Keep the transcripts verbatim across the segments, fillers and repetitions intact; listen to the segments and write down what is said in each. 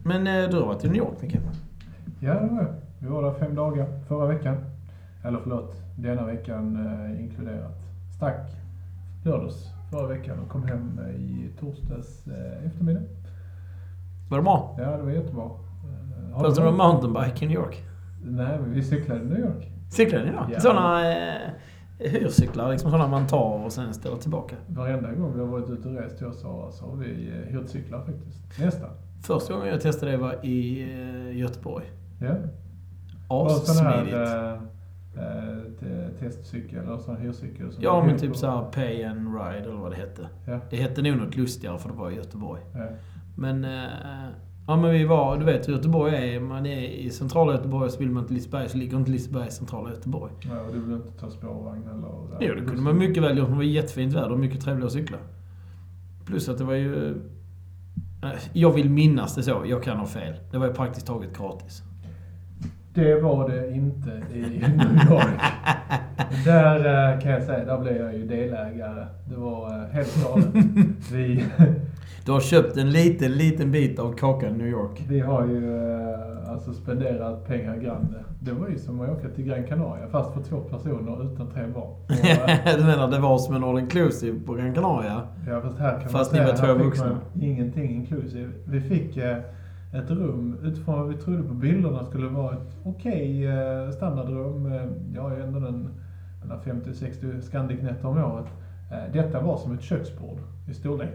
Men eh, du har varit i New York, Micke? Ja, det var jag. Vi var där fem dagar förra veckan. Eller förlåt, denna veckan eh, inkluderat. Stack lördags förra veckan och kom hem i torsdags eh, eftermiddag. Var det bra? Ja, det var jättebra. Eh, Fast det var mountainbike i New York? Nej, men vi cyklade i New York. Cyklade ni då? Ja. Sådana eh, hyrcyklar, liksom sådana man tar och sen ställer tillbaka. Varenda gång vi har varit ute och rest till oss så har vi eh, hyrt cyklar faktiskt. Nästan. Första gången jag testade det var i eh, Göteborg. Ja. Assmidigt. Äh, äh, testcykel eller sån hyrcykel. Som Ja, men typ såhär pay and ride eller vad det hette. Ja. Det hette nog något lustigare för det var i Göteborg. Ja. Men, eh, ja men vi var, du vet hur Göteborg är, man är i centrala Göteborg så vill man till Liseberg så ligger inte Liseberg i centrala Göteborg. Ja, och du vill inte ta spårvagn eller... Jo, det kunde man mycket väl gjort, det var jättefint väder och mycket trevliga att cykla. Plus att det var ju... Jag vill minnas det så, jag kan ha fel. Det var ju praktiskt taget gratis. Det var det inte i New York. Där kan jag säga, där blev jag ju delägare. Det var helt galet. Vi, du har köpt en liten, liten bit av kakan i New York. vi har ju alltså spenderat pengar grande. Det var ju som att åka till Gran Canaria, fast för två personer utan tre barn. Och, du menar det var som en all inclusive på Gran Canaria? Ja, fast här kan fast man ni var säga, två vuxna. Ingenting inclusive. Vi fick ett rum utifrån vad vi trodde på bilderna skulle vara ett okej okay, standardrum. Jag har ju ändå en femtio till sextio Scandic-nätter om året. Detta var som ett köksbord i storlek.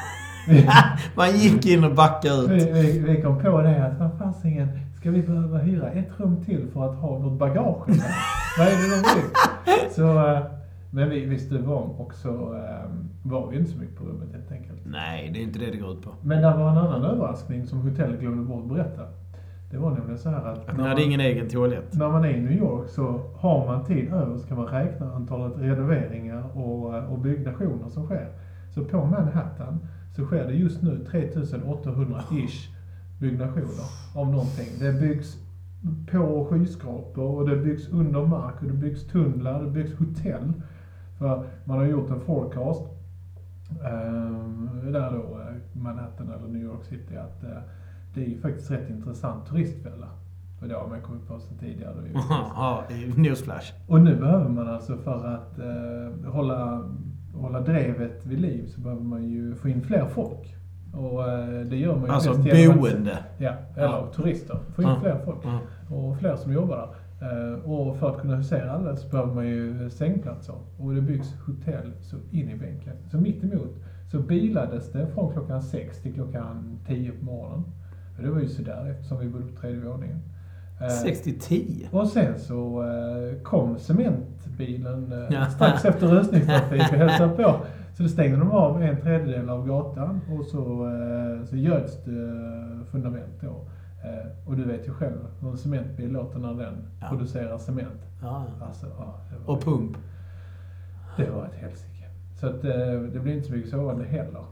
Man gick in och backade ut. Vi, vi, vi kom på det att vad fanns ingen, ska vi behöva hyra ett rum till för att ha vårt bagage? Vad är det de vill? Så, men vi visste om och så um, var vi inte så mycket på rummet helt enkelt. Nej, det är inte det det går ut på. Men det var en annan överraskning som hotellet glömde bort berätta. Det var nämligen så här att... Att man hade ingen egen toalett. När man är i New York så har man tid över så kan man räkna antalet renoveringar och, och byggnationer som sker. Så på Manhattan så sker det just nu tre tusen åttahundra-ish byggnationer av någonting. Det byggs på skyskrapor och det byggs under mark och det byggs tunnlar, det byggs hotell. För man har gjort en forecast eh, där då Manhattan eller New York City att eh, det är ju faktiskt rätt intressant turistfälla. Och det har man kommit på sedan tidigare. Ja, newsflash. Och nu behöver man alltså för att eh, hålla, hålla drevet vid liv så behöver man ju få in fler folk. Och eh, det gör man ju alltså bäst boende. Att, ja, eller ja. turister. Få in ja. fler folk. Ja. Och fler som jobbar där. Eh, och för att kunna husera alla så behöver man ju sängplatser. Och det byggs hotell så in i bänken. Så mitt emot så bilades det från klockan sex till klockan tio på morgonen. Det var ju sådär eftersom vi bodde på tredje våningen. sex till tio. Och sen så eh, kom cementbilen eh, ja. strax efter röstningstrafik och hälsade på. Så det stängde de av en tredjedel av gatan och så, eh, så göds det eh, fundament då. Eh, och du vet ju själv hur en cementbil låter när den ja. producerar cement. Ja. Alltså, ja, det var, och pump. Det var ett helsike. Så att, eh, det blir inte så mycket sovande heller.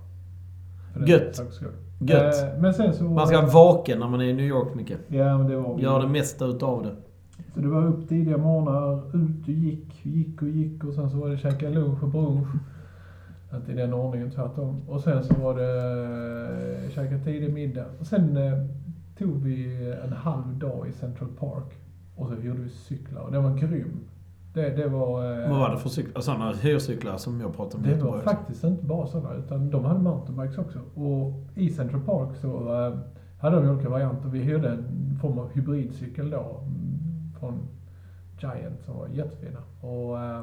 Gött. Gött. Eh, men sen så, man ska vara vaken när man är i New York mycket. Ja, men det var... Gör det mesta utav det. Så det var upp tidiga morgnar, ut och gick, gick och gick och sen så var det käka lunch och brunch. Inte i den ordningen tvärtom. Och sen så var det eh, käka tidig middag. Och sen eh, tog vi en halv dag i Central Park. Och så gjorde vi cyklar och det var grym. Det, det var... Eh, Vad var det för cyklar? Sådana hyrcyklar som jag pratade om. Det var faktiskt inte bara sådana utan de hade mountainbikes också. Och i Central Park så eh, hade de olika varianter. Vi hyrde en form av hybridcykel då från Giant som var jättefina. Och eh,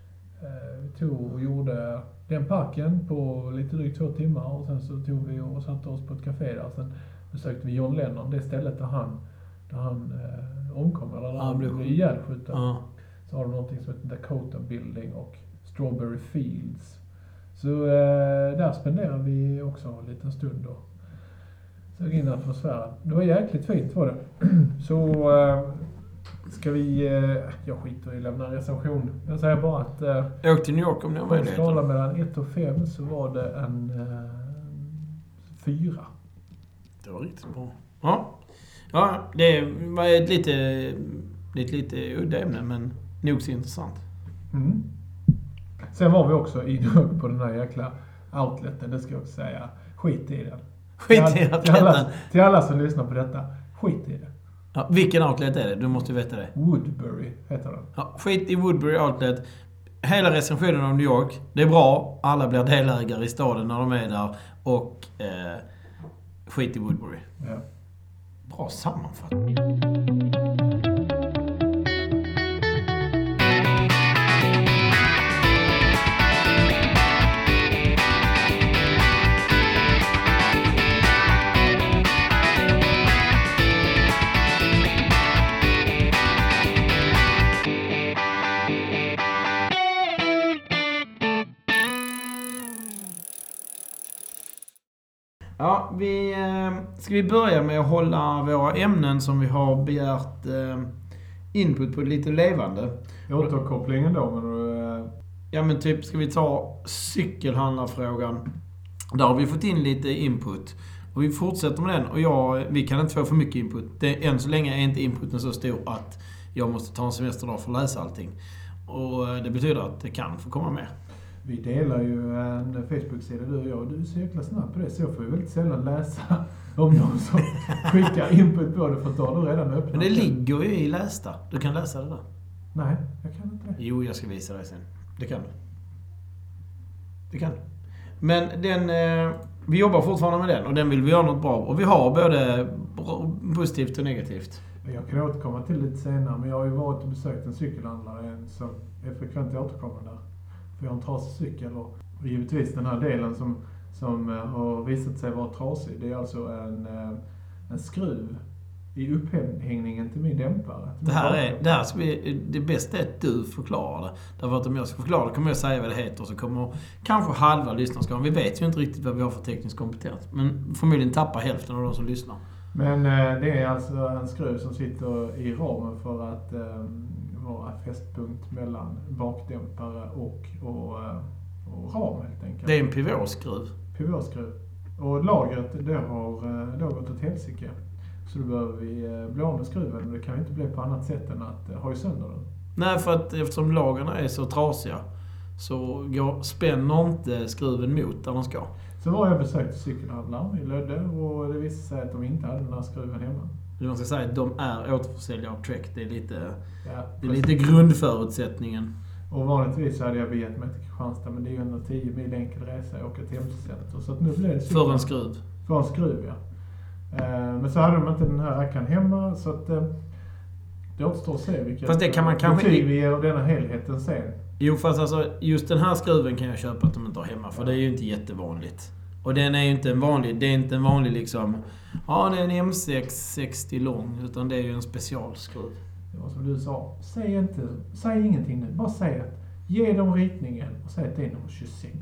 vi tog och gjorde den parken på lite drygt två timmar och sen så tog vi och satte oss på ett café där. Sen besökte vi John Lennon, det stället där han, där han eh, omkom eller där han blev ihjälskjuten. Uh. Så har de någonting som heter Dakota Building och Strawberry Fields. Så eh, där spenderade vi också en liten stund då. Såg in atmosfären. Det var jäkligt fint var det. Så eh, ska vi... Eh, jag skiter i att lämna en recension. Jag säger bara att... Eh, Åk till New York om ni har möjlighet. På en skala mellan ett och fem så var det en eh, fyra. Det var riktigt bra. Ja, ja det var ett lite, lite, lite udda ämne men nog så intressant. Mm. Sen var vi också i på den här jäkla outleten, det ska jag också säga. Skit i den. Skit till, i all, till, alla, outleten. till alla som lyssnar på detta, skit i det. Ja, vilken outlet är det? Du måste ju veta det. Woodbury heter den. Ja, skit i Woodbury Outlet. Hela recensionen om New York, det är bra. Alla blir delägare i staden när de är där. Och eh, skit i Woodbury. Ja. Bra sammanfattning. Ja, vi, ska vi börja med att hålla våra ämnen som vi har begärt input på lite levande. Återkopplingen då, men du... Ja, men typ ska vi ta cykelhandlarfrågan. Där har vi fått in lite input. Och vi fortsätter med den. Och jag, vi kan inte få för mycket input. Det, än så länge är inte inputen så stor att jag måste ta en semesterdag för att läsa allting. Och det betyder att det kan få komma med. Vi delar ju en Facebook-sida, du och jag, och du är så jäkla snabb på det, så jag får ju väldigt sällan läsa om någon som skickar input på det, för att då har du redan öppnat. Men det ligger ju i lästa. Du kan läsa det där. Nej, jag kan inte det. Jo, jag ska visa dig sen. Det kan du. Det kan du. Men den, eh, vi jobbar fortfarande med den, och den vill vi göra något bra. Och vi har både positivt och negativt. Jag kan återkomma till lite senare, men jag har ju varit och besökt en cykelhandlare som är frekvent återkommande där. För jag har en trasig cykel, och givetvis den här delen som, som har visat sig vara trasig, det är alltså en, en skruv i upphängningen till min dämpare. Det här är, det här ska vi, det bästa är att du förklarar det. Därför att om jag ska förklara det kommer jag säga vad det heter, och så kommer kanske halva lyssnarskaran. Vi vet ju inte riktigt vad vi har för teknisk kompetens, men förmodligen tappar hälften av de som lyssnar. Men det är alltså en skruv som sitter i ramen för att um, vara fästpunkt mellan bakdämpare och, och, och ram helt enkelt. Det är en pivotskruv. Pivotskruv. Och lagret, det har, det har gått åt helsike. Så då behöver vi bli av med skruven, och det kan inte bli på annat sätt än att ha sönder den. Nej, för att eftersom lagarna är så trasiga så går, spänner inte skruven mot där de ska. Så var jag besökt cykelhandlaren i Lödde, och det visade sig att de inte hade den här skruven hemma. Man ska säga att de är återförsäljare av Trek. Det är lite, ja, det är lite grundförutsättningen. Och vanligtvis så hade jag begett mig till Kristianstad, men det är ju ändå tio mil enkel resa och åka till hemcenter. Så att nu blev det cykel. För en skruv. För en skruv, ja. Men så hade de inte den här rackaren hemma, så att det återstår att se vilka fast det kan man kanske betyg vi ger denna helheten sen. Jo, fast alltså just den här skruven kan jag köpa att de inte har hemma, för det är ju inte jättevanligt. Och den är ju inte en vanlig, det är inte en vanlig liksom, ja, det är en M sex sextio lång, utan det är ju en specialskruv. Det var som du sa, säg inte, säg ingenting nu, bara säg att, ge dem ritningen och säg att det är nummer tjugosex.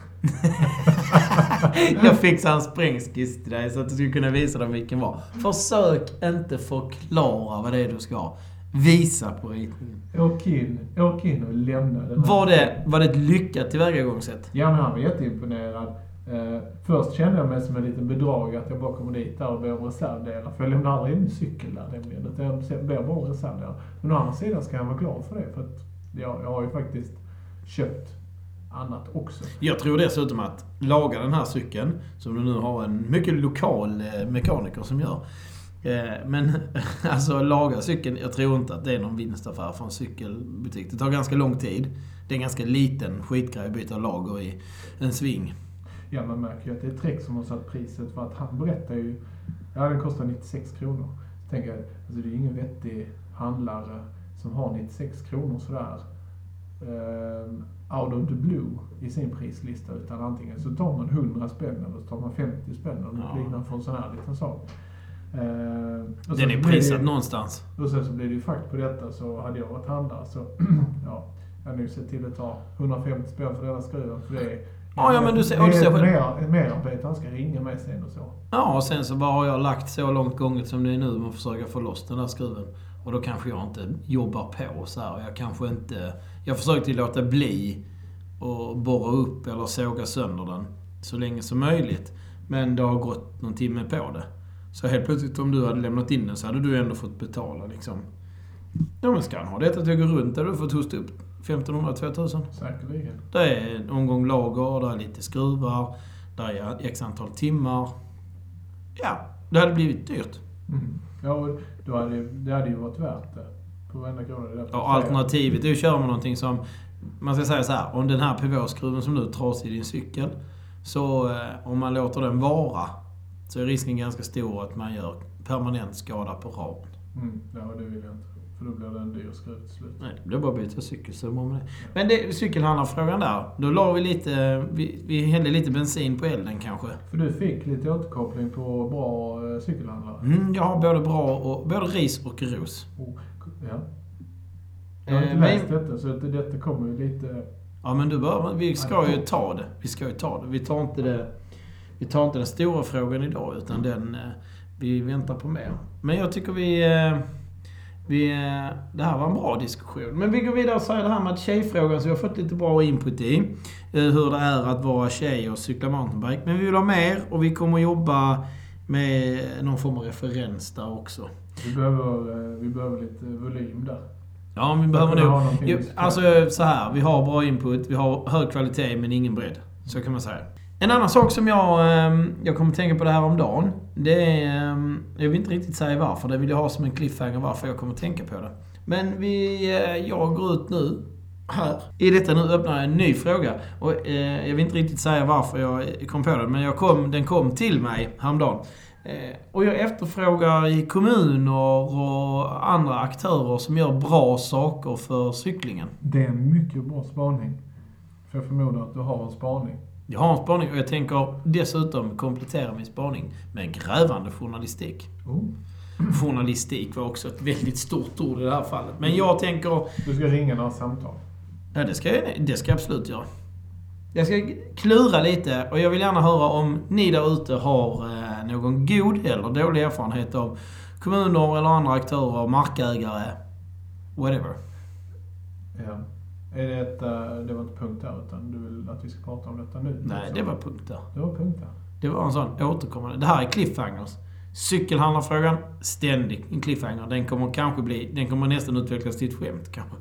Jag fixade en sprängskiss till dig så att du skulle kunna visa dem vilken var. Försök inte förklara vad det är du ska. Visa på ritningen. Åk in, åk in och lämna den. Var det, var det ett lyckat tillvägagångssätt? Ja, men han var jätteimponerad. Eh, först kände jag mig som en liten bedrag att jag bara kommer dit där och ber om reservdelar. För jag lämnar aldrig in cykel där nämligen. Jag ber bara om reservdelar. Men å andra sidan ska jag vara glad för det. För att jag, jag har ju faktiskt köpt annat också. Jag tror dessutom att laga den här cykeln, som du nu har en mycket lokal mekaniker som gör. Men alltså laga cykeln, jag tror inte att det är någon vinstaffär för en cykelbutik. Det tar ganska lång tid. Det är en ganska liten skitgrej att byta lager i en sving. Ja, man märker ju att det är Trek som har satt priset, för att han berättar ju, ja, den kostar nittiosex kronor. Så tänker jag, alltså det är ingen vettig handlare som har nittiosex kronor sådär um, out of the blue i sin prislista, utan antingen så tar man hundra spänn eller så tar man femtio spänn eller något liknande för en sån här liten sak. Uh, den är prisad det, någonstans. Och sen så blir det ju fakt på detta, så hade jag varit handlare så ja, jag har nu sett till att ta hundrafemtio spänn för denna skruven, för det är ja, ja, men du ser, det är du ser mer, mer arbete, han ska ringa mig sen och så. Ja, och sen så bara har jag lagt så långt gånget som det är nu med att försöka få loss den där skruven. Och då kanske jag inte jobbar på så här. Jag kanske inte... Jag försökte låta bli och borra upp eller såga sönder den så länge som möjligt. Men det har gått någon timme på det. Så helt plötsligt om du hade lämnat in den så hade du ändå fått betala liksom. Ja, men ska han ha detta till att gå runt där du fått hosta upp femtonhundra till tvåtusen. Säkerligen. Det är en omgång lager, där är lite skruvar, där är x antal timmar. Ja, det hade blivit dyrt. Mm. Ja, och då hade, det hade ju varit värt det. På varenda krona. Det ja, alternativet är att köra med någonting som... Man ska säga så här, om den här pivotskruven som nu trasar i din cykel, så eh, om man låter den vara, så är risken ganska stor att man gör permanent skada på ramen. Mm. Ja, det vill jag inte. För då blir det en dyr skruv till slut. Nej, det blir bara att byta cykel, så må man det. Men det, cykelhandlarfrågan där, då la vi lite... Vi, vi hällde lite bensin på elden kanske. För du fick lite återkoppling på bra eh, cykelhandlare. Mm, jag har både bra och... Både ris och ros. Oh, ja. Jag har inte Eh, läst men- detta, så det, detta kommer ju lite... Ja, men du bör, vi ska ju ta det. Vi ska ju ta det. Vi tar inte det... Vi tar inte den stora frågan idag, utan den... eh, Vi väntar på mer. Men jag tycker vi... eh, vi eh, det här var en bra diskussion. Men vi går vidare och säger det här med tjejfrågan, så vi har fått lite bra input i. eh, Hur det är att vara tjej och cykla mountainbike. Men vi vill ha mer, och vi kommer jobba med någon form av referens där också. Vi behöver, eh, vi behöver lite volym där. Ja, vi behöver kunna nog... ha någonting Jo, vi ska- alltså så här, vi har bra input, vi har hög kvalitet men ingen bredd. Så kan man säga. En annan sak som jag, eh, jag kommer att tänka på det här om dagen, det är... eh, Jag vill inte riktigt säga varför, det vill jag ha som en cliffhanger varför jag kommer att tänka på det. Men vi, eh, jag går ut nu, här. I detta nu öppnar jag en ny fråga. Och eh, jag vill inte riktigt säga varför jag kom på den, men jag kom, den kom till mig häromdagen. Eh, och jag efterfrågar i kommuner och andra aktörer som gör bra saker för cyklingen. Det är en mycket bra spaning. För jag förmodar att du har en spaning. Jag har en spaning och jag tänker dessutom komplettera min spaning med en grävande journalistik. Oh. Journalistik var också ett väldigt stort ord i det här fallet. Men jag tänker... Du ska ringa några samtal. Ja, det ska jag, det ska jag absolut göra. Jag ska klura lite och jag vill gärna höra om ni där ute har eh, någon god eller dålig erfarenhet av kommuner eller andra aktörer, markägare, whatever. Ja. Är det ett, eh, det var inte punkt där, utan du vill att vi ska prata om detta nu? Nej, det var punkt där. Det var punkt där. Det var en sån återkommande. Det här är cliffhangers. Cykelhandlarfrågan, ständig en cliffhanger. Den kommer kanske bli, den kommer nästan utvecklas till ett skämt kanske.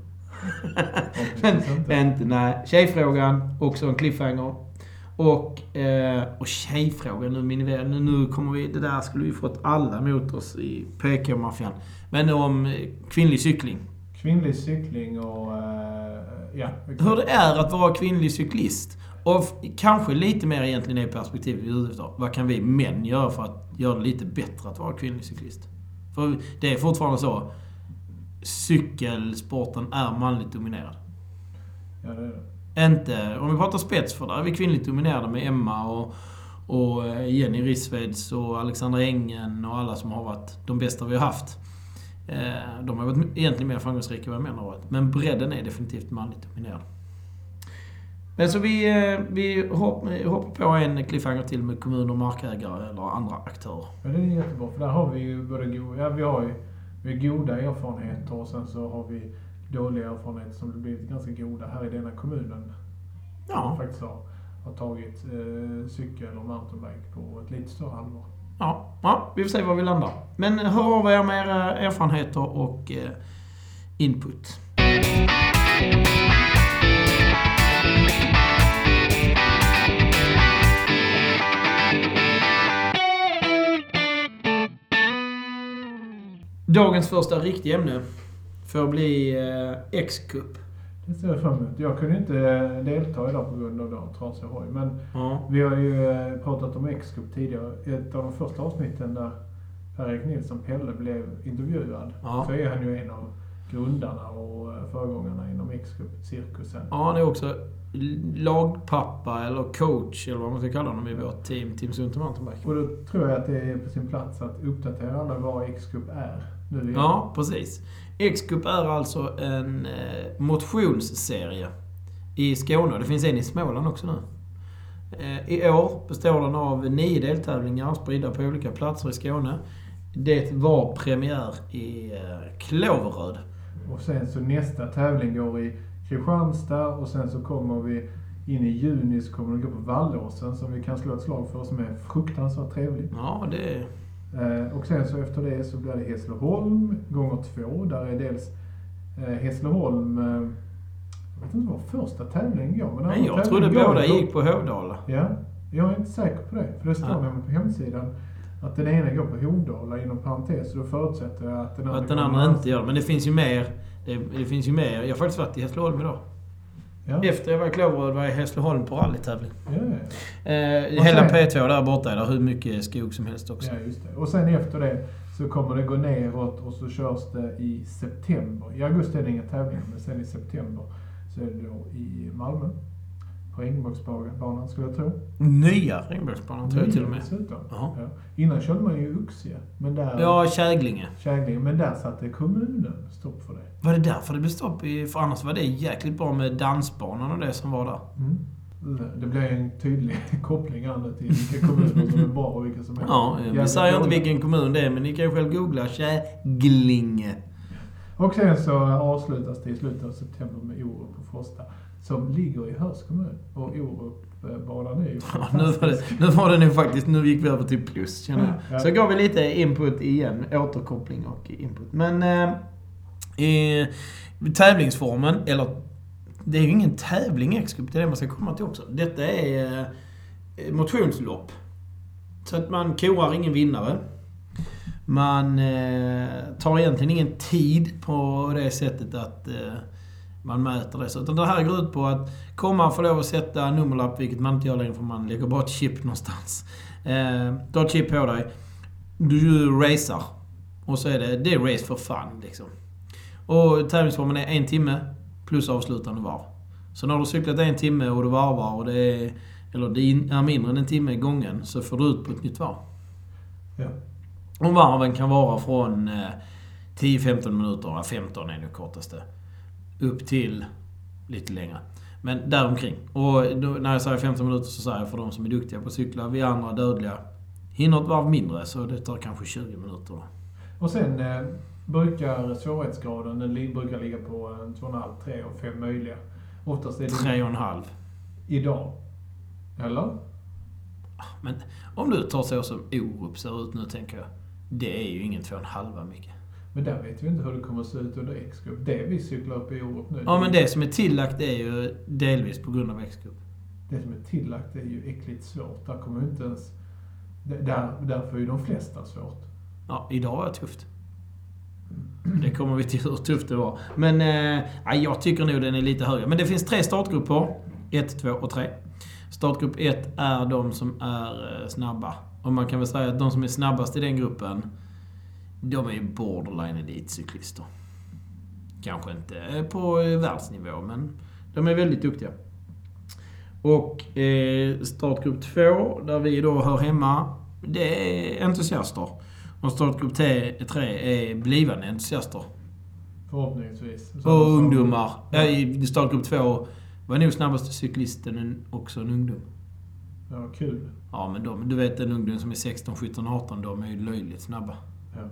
Men inte. inte, nej. Tjejfrågan, också en cliffhanger. Och, eh, och tjejfrågan, nu min vän, nu, nu kommer vi, det där skulle vi fått alla mot oss i P K-maffian. Men om eh, kvinnlig cykling. Kvinnlig cykling och... Eh, ja, exakt. Hur det är att vara kvinnlig cyklist. Och f- kanske lite mer egentligen i perspektiv utifrån. Vad kan vi män göra för att göra det lite bättre att vara kvinnlig cyklist? För det är fortfarande så. Cykelsporten är manligt dominerad. Ja, det är det. Inte, om vi pratar spets, för där är vi kvinnligt dominerade med Emma och, och Jenny Rissveds och Alexandra Engen och alla som har varit de bästa vi har haft. Eh, de har varit egentligen mer framgångsrika än vad män har varit. Men bredden är definitivt manligt dominerad. Men så vi, eh, vi hopp, hoppar på en cliffhanger till med kommuner, markägare eller andra aktörer. Ja, det är jättebra, för där har vi ju både go- ja, vi har ju vi har goda erfarenheter och sen så har vi dåliga erfarenheter som har blivit ganska goda här i denna kommunen. Ja. Som faktiskt har, har tagit eh, cykel och mountainbike på ett lite större allvar. Ja, ja, vi får se var vi landar. Men hör av er med era erfarenheter och eh, input. Dagens första riktiga ämne får bli eh, X-Cup. Det ser jag fram emot. Jag kunde inte eh, delta idag på grund av den trasiga hoj. Men Ja. vi har ju eh, pratat om X-Cup tidigare. Ett av de första avsnitten där Per-Erik Nilsson Pelle blev intervjuad. Ja. Så är han ju en av grundarna och eh, föregångarna inom X-Cup-cirkusen. Ja, han är också lagpappa eller coach eller vad man ska kalla honom i vårt team, Team Sunt Mountainbike. Och då tror jag att det är på sin plats att uppdatera alla vad X-Cup är. Nu igen. Ja, precis. X-Cup är alltså en eh, motionsserie i Skåne. Det finns en i Småland också nu. Eh, I år består den av nio deltävlingar spridda på olika platser i Skåne. Det var premiär i eh, Klåveröd. Och sen så nästa tävling går i Kristianstad och sen så kommer vi in i juni så kommer det gå på Vallåsen som vi kan slå ett slag för som är fruktansvärt trevligt. Ja, det är... Eh, och sen så efter det så blir det Hässleholm gånger två. Där är dels eh, Hässleholm, eh, jag vet inte vad första tävlingen går. Men, Men jag trodde båda gick på Hovdala. Ja, jag är inte säker på det. För det står Ja. nämligen på hemsidan att den ena går på Hovdala inom parentes, så då förutsätter jag att den andra, att den andra inte gör det. Men det finns ju mer. Det, det finns ju mer. Jag har faktiskt varit i Hässleholm idag. Ja. Efter jag var i Klåveröd var jag i Hässleholm på rallytävling. Ja, ja. Eh, hela sen, P två där borta är där hur mycket skog som helst också. Ja, just det. Och sen efter det så kommer det gå neråt och så körs det i september. I augusti är det inga tävlingar, men sen i september så är det då i Malmö. På Regnbågsbanan skulle jag tro. Nya Regnbågsbanan tror jag till och med. Ja. Innan körde man ju Uxie. Men där, ja, Käglinge. Käglinge. Men där satte kommunen stopp för det. Var det därför det blev stopp? I, för annars var det jäkligt bra med dansbanan och det som var där. Mm. Det blir en tydlig koppling till vilka kommuner som är bra och vilka som är... Ja, vi säger inte vilken kommun det är, men ni kan ju själv googla Käglinge. Och sen så avslutas det i slutet av september med Orup och Frosta, som ligger i Hörs kommun. Och Orup-banan är ju ja, nu var det Nu var det nu faktiskt, nu gick vi över till plus, känner jag. Ja. Så gav vi lite input igen, återkoppling och input. Men eh, i tävlingsformen, eller det är ju ingen tävling X-Cup, det är det man ska komma till också. Detta är eh, motionslopp. Så att man korar ingen vinnare. Man eh, tar egentligen ingen tid på det sättet att eh, man mäter det. Så utan det här går ut på att komma och få lov att sätta nummerlapp, vilket man inte gör längre för man lägger bara ett chip någonstans. Eh, du har ett chip på dig. Du racear. Och så är det, det är race för fun liksom. Och tävlingsformen är en timme plus avslutande varv. Så när du har cyklat en timme och du varvar och det är, eller det är mindre än en timme i gången, så får du ut på ett nytt varv. Ja. Och varven kan vara från eh, tio till femton minuter, femton är nu kortaste, upp till lite längre. Men däromkring. Och då, när jag säger femton minuter så säger jag för de som är duktiga på att cykla, vi andra dödliga hinner ett varv mindre, så det tar kanske tjugo minuter. Då. Och sen eh, brukar svårighetsgraden, den brukar ligga på två komma fem, tre och fem möjliga. Oftast är det tre komma fem. Idag. Eller? Men om du tar så som Orup ser ut nu, tänker jag, det är ju ingen två komma fem mycket. Men där vet vi inte hur det kommer att se ut under X-Cup. Det vi cyklar upp i Orup nu. Ja, men det som är tillagt är ju delvis på grund av X-Cup. Det som är tillagt är ju äckligt svårt. Där kommer inte ens... Där, därför är ju de flesta svårt. Ja, idag var det tufft. Det kommer vi till hur tufft det var. Men eh, jag tycker nog den är lite högre. Men det finns tre startgrupper. ett, två och tre. Startgrupp ett är de som är snabba. Och man kan väl säga att de som är snabbast i den gruppen, de är ju borderline elitcyklister. Kanske inte på världsnivå, men de är väldigt duktiga. Och eh, startgrupp två, där vi då hör hemma, det är entusiaster. Och startgrupp tre är blivande entusiaster. Förhoppningsvis. Och ungdomar. Ja, i startgrupp två var nog snabbaste cyklisten också en ungdom. Ja, kul. Ja, men de, du vet en ungdom som är sexton, sjutton, arton, de är ju löjligt snabba. Ja.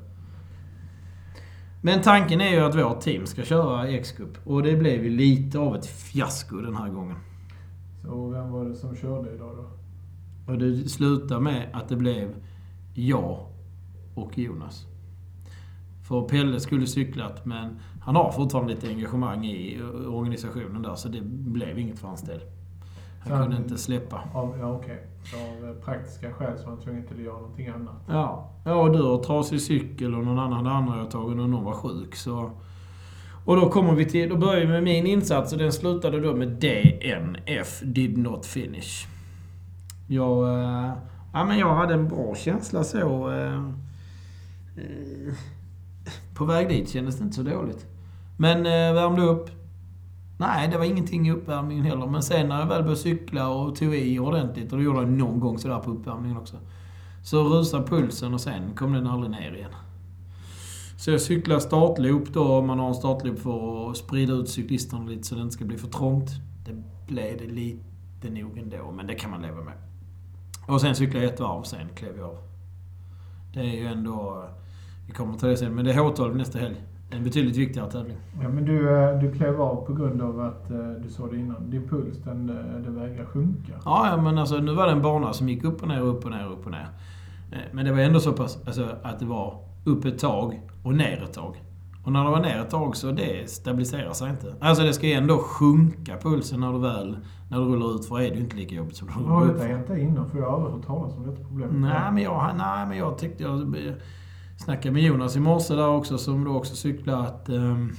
Men tanken är ju att vårt team ska köra X-Cup. Och det blev ju lite av ett fiasko den här gången. Så vem var det som körde idag då? Och det slutade med att det blev jag och Jonas. För Pelle skulle cyklat, men han har fortfarande lite engagemang i organisationen där, så det blev inget för hans del. Han, han kunde inte släppa. Ja, ja okej. Okay. Av praktiska skäl så var han tvungen till att göra någonting annat. Ja, ja och du har trasig cykel och någon annan hade andra jag tagit och någon var sjuk. Så. Och då kommer vi till, då börjar vi med min insats och den slutade då med D N F, did not finish. Jag, äh, ja, men jag hade en bra känsla så. Äh, äh, på väg dit kändes det inte så dåligt. Men äh, värmde upp. Nej, det var ingenting i uppvärmningen heller. Men sen när jag väl började cykla och tog i ordentligt, och det gjorde jag någon gång sådär på uppvärmningen också, så rusade pulsen och sen kom den aldrig ner igen. Så jag cyklar startloop då, man har en startloop för att sprida ut cyklisterna lite så det inte ska bli för trångt. Det blev det lite nog ändå, men det kan man leva med. Och sen cyklar jag ett varv och sen klev jag av. Det är ju ändå, vi kommer till det sen, men det är H tolv nästa helg. En betydligt viktigare tävling. Ja, men du, du klev av på grund av att du sa det innan. Din puls, den, den vägrar sjunka. Ja, ja, men alltså nu var det en bana som gick upp och ner, upp och ner, upp och ner. Men det var ändå så pass alltså, att det var upp ett tag och ner ett tag. Och när det var ner ett tag så det stabiliserar sig inte. Alltså det ska ju ändå sjunka pulsen när du väl, när du rullar ut, för är det ju inte lika jobbigt som du rullar Har upp. du detta hänt innan? För jag har aldrig hört talas om detta problem. Nej, men jag, nej, men jag tyckte jag snackade med Jonas i morse där också, som då också cyklade att... Um,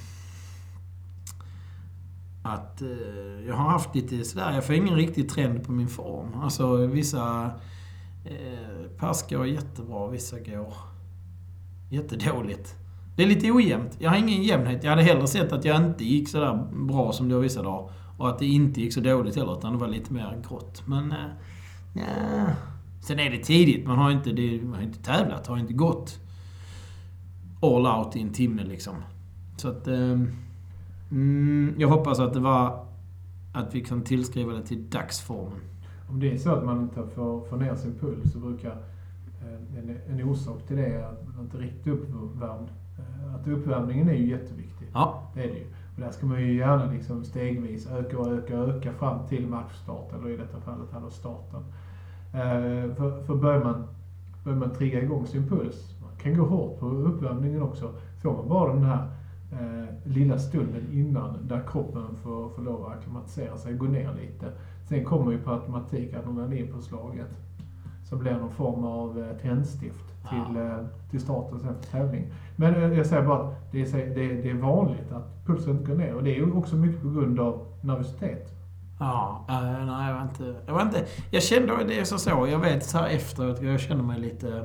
att uh, jag har haft lite sådär, jag får ingen riktig trend på min form. Alltså vissa uh, pass går jättebra, vissa går jättedåligt. Det är lite ojämnt. Jag har ingen jämnhet. Jag hade hellre sett att jag inte gick så där bra som det var vissa dagar. Och att det inte gick så dåligt heller, utan det var lite mer grått. Men, äh, ja. Sen är det tidigt. Man har inte, det, man har inte tävlat, har inte gått all out i en timme liksom. Så att... Äh, mm, jag hoppas att det var... Att vi kan tillskriva det till dagsformen. Om det är så att man inte får, får ner sin puls så brukar en, en orsak till det är att man inte riktigt uppvärmd. Att uppvärmningen är ju jätteviktig. Ja. Det är det ju. Och där ska man ju gärna liksom stegvis öka och öka och öka fram till matchstart, eller i detta fallet här då starten. Eh, för, för börjar man, börjar man trigga igång sin puls, man kan gå hårt på uppvärmningen också, får man bara den här eh, lilla stunden innan där kroppen får, får lov att akklimatisera sig, gå ner lite. Sen kommer ju på automatik adrenalinpåslaget. Så blir det någon form av tändstift till, ja. till starten sen för tävling. Men jag säger bara att det är, det är vanligt att pulsen inte går ner. Och det är ju också mycket på grund av nervositet. Ja, äh, nej jag var inte... Jag var inte... Jag kände det så så. Jag vet så här efteråt, jag känner mig lite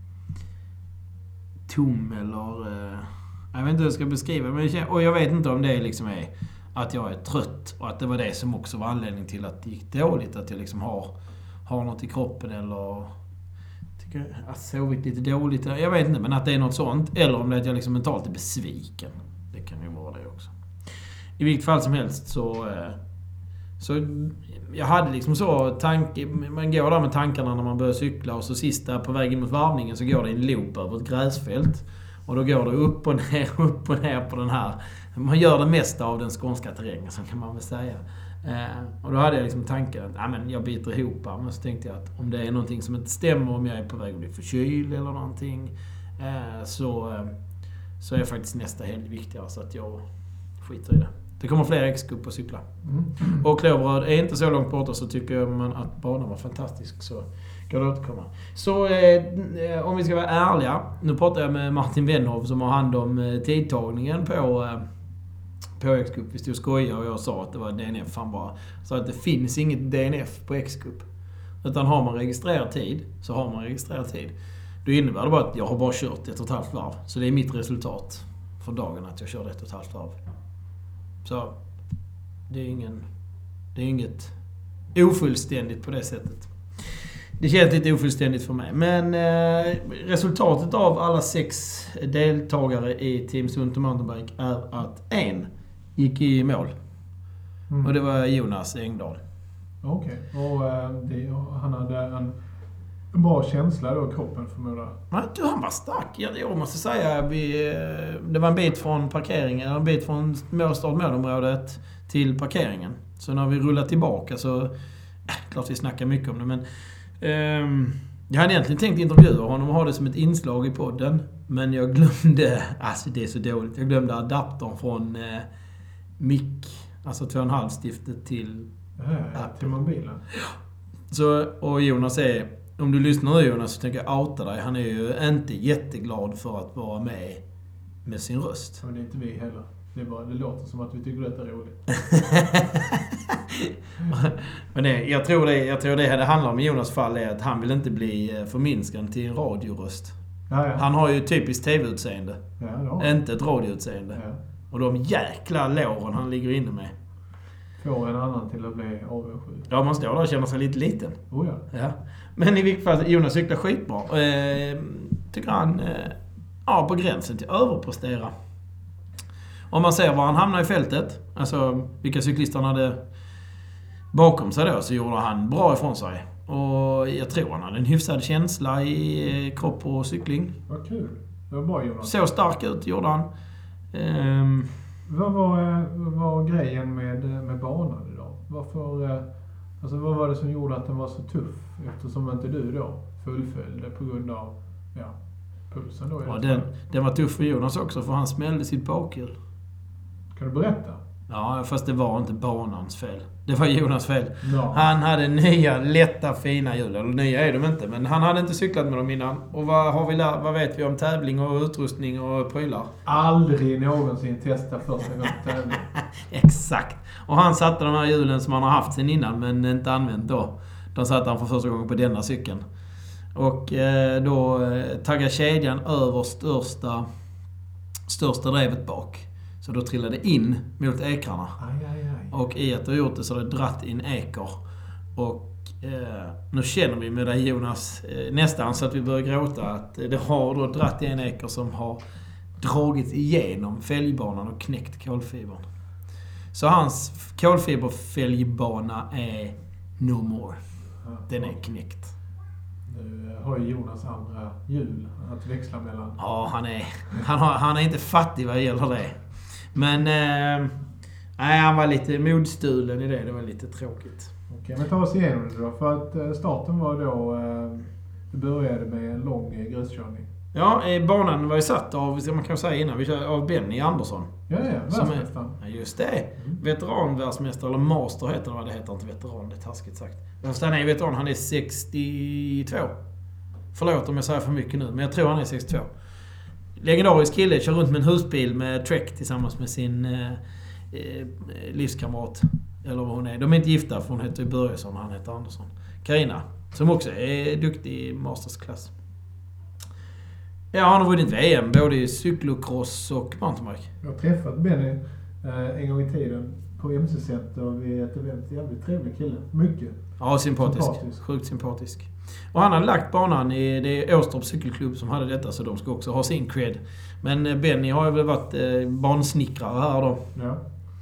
tom eller... Uh, jag vet inte hur jag ska beskriva. Men jag känner, och jag vet inte om det liksom är att jag är trött. Och att det var det som också var anledning till att det gick dåligt. Att jag liksom har... har något i kroppen eller tycker att sovit lite dåligt. Jag vet inte, men att det är något sånt. Eller om det är att jag liksom mentalt är besviken. Det kan ju vara det också. I vilket fall som helst så... Så jag hade liksom så tanke... Man går där med tankarna när man börjar cykla och så sista på vägen mot varvningen så går det en loop över ett gräsfält. Och då går det upp och ner, upp och ner på den här... Man gör det mesta av den skånska terrängen, så kan man väl säga. Eh, och då hade jag liksom tanken att ah, men jag biter ihop. Men så tänkte jag att om det är någonting som inte stämmer, om jag är på väg att bli förkyld eller någonting, eh, så, eh, så är faktiskt nästa helg viktigare, så att jag skiter i det. Det kommer fler X-cup att cykla. Mm. Och Klöveröd är inte så långt borta, så tycker man att banan var fantastisk, så kan det återkomma. Så eh, om vi ska vara ärliga, nu pratar jag med Martin Wenhoff som har hand om eh, tidtagningen på eh, på X-cup. Vi stod och skojade och jag sa att det var D N F. Han bara sa att det finns inget D N F på X-cup. Utan har man registrerad tid så har man registrerad tid. Då innebär det bara att jag har bara kört ett och ett halvt varv. Så det är mitt resultat för dagen att jag körde ett och ett halvt varv. Så det är ingen, det är inget ofullständigt på det sättet. Det känns lite ofullständigt för mig. Men eh, resultatet av alla sex deltagare i Team Sunto Mountainbike är att en gick i mål. Mm. Och det var Jonas Engdahl. Okej. Okay. Och eh, det, han hade en bra känsla då i kroppen, förmodar jag. Du, han var stark. Jag, jag måste säga, vi, det var en bit från parkeringen, en bit från start-målområdet till parkeringen. Så när vi rullade tillbaka så, äh, klart vi snackar mycket om det, men um, jag hade egentligen tänkt intervjua honom och ha det som ett inslag i podden. Men jag glömde, alltså det är så dåligt, jag glömde adaptern från eh, mick, alltså två komma fem stiftet till ja, till mobilen. Så, och Jonas är, om du lyssnar nu Jonas, så tänker jag outa dig. Han är ju inte jätteglad för att vara med med sin röst. Men det är inte vi heller. Det, är bara, det låter som att vi tycker det är roligt. Men det, jag tror det, jag tror det det handlar om i Jonas fall är att han vill inte bli förminskad till en radioröst. Ja, ja. Han har ju typiskt tv-utseende. Ja, inte ett radioutseende. Ja. Och de jäkla låren han ligger inne med. Får en annan till att bli avundsjuk. Ja, man står där och känner sig lite liten. Oh ja. Ja. Men i vilket fall, Jonas cyklar skitbra. Eh, tycker han eh, ja, på gränsen till överprestera. Om man ser var han hamnar i fältet, alltså vilka cyklister han hade bakom sig då, så gjorde han bra ifrån sig. Och jag tror han hade en hyfsad känsla i kropp och cykling. Vad kul. Det var bra, Jonas. Så stark ut gjorde han. Um, vad var, var grejen med, med banan idag? Varför, alltså vad var det som gjorde att den var så tuff? Eftersom inte du då fullföljde på grund av ja, pulsen då. Ja, den, den var tuff för Jonas också, för han smällde sitt bakhjul. Kan du berätta? Ja, fast det var inte banans fel. Det var Jonas fel. Ja. Han hade nya, lätta, fina hjul. Eller nya är de inte, men han hade inte cyklat med dem innan. Och vad, har vi lär, vad vet vi om tävling och utrustning och prylar? Aldrig någonsin testa första gången tävling. Exakt. Och han satte de här hjulen som han har haft sen innan, men inte använt då. De satte han för första gången på denna cykeln. Och eh, då eh, taggade kedjan över största, största drevet bak. Så då trillade in mot ekrarna. Aj, aj, aj. Och i att du har gjort det så har det dratt in eker. Och eh, nu känner vi med dig Jonas eh, nästan så att vi börjar gråta att det har då dratt i en eker som har dragit igenom fälgbanan och knäckt kolfibern. Så hans kolfiberfälgbana är no more. Den är knäckt. Nu har ju Jonas andra hjul att växla mellan. Ja, han är, han har, han är inte fattig vad gäller det. Men eh, nej, han var lite modstulen i det. Det var lite tråkigt. Okej, men ta oss igenom det då. För att starten var då... Det började med en lång gruskörning. Ja, banan var ju satt av, som man kan säga innan, vi kör av Benny Andersson. Ja, ja, världsmästaren. Ja, just det. Mm. Veteranvärldsmästare, eller master heter det, vad det heter, inte veteran, det är taskigt sagt. Fast han är veteran, han är sextiotvå. Förlåt om jag säger för mycket nu, men jag tror han är sextiotvå. Legendarisk kille, kör runt med en husbil med Trek tillsammans med sin eh, eh, livskamrat. Eller vad hon är. De är inte gifta, för hon heter Börjesson, han heter Andersson. Carina, som också är duktig i mastersklass. Ja, han har vunnit V M, både i cyklocross och mountainbike. Jag har träffat Benny eh, en gång i tiden på M C-center vid ett event. Jävligt trevlig kille. Mycket. Ja, sympatisk. sympatisk. Sjukt sympatisk. Och han har lagt banan i det Åstorp cykelklubb som hade detta, så de ska också ha sin cred. Men Benny har ju väl varit eh, bansnickrare här då. Ja.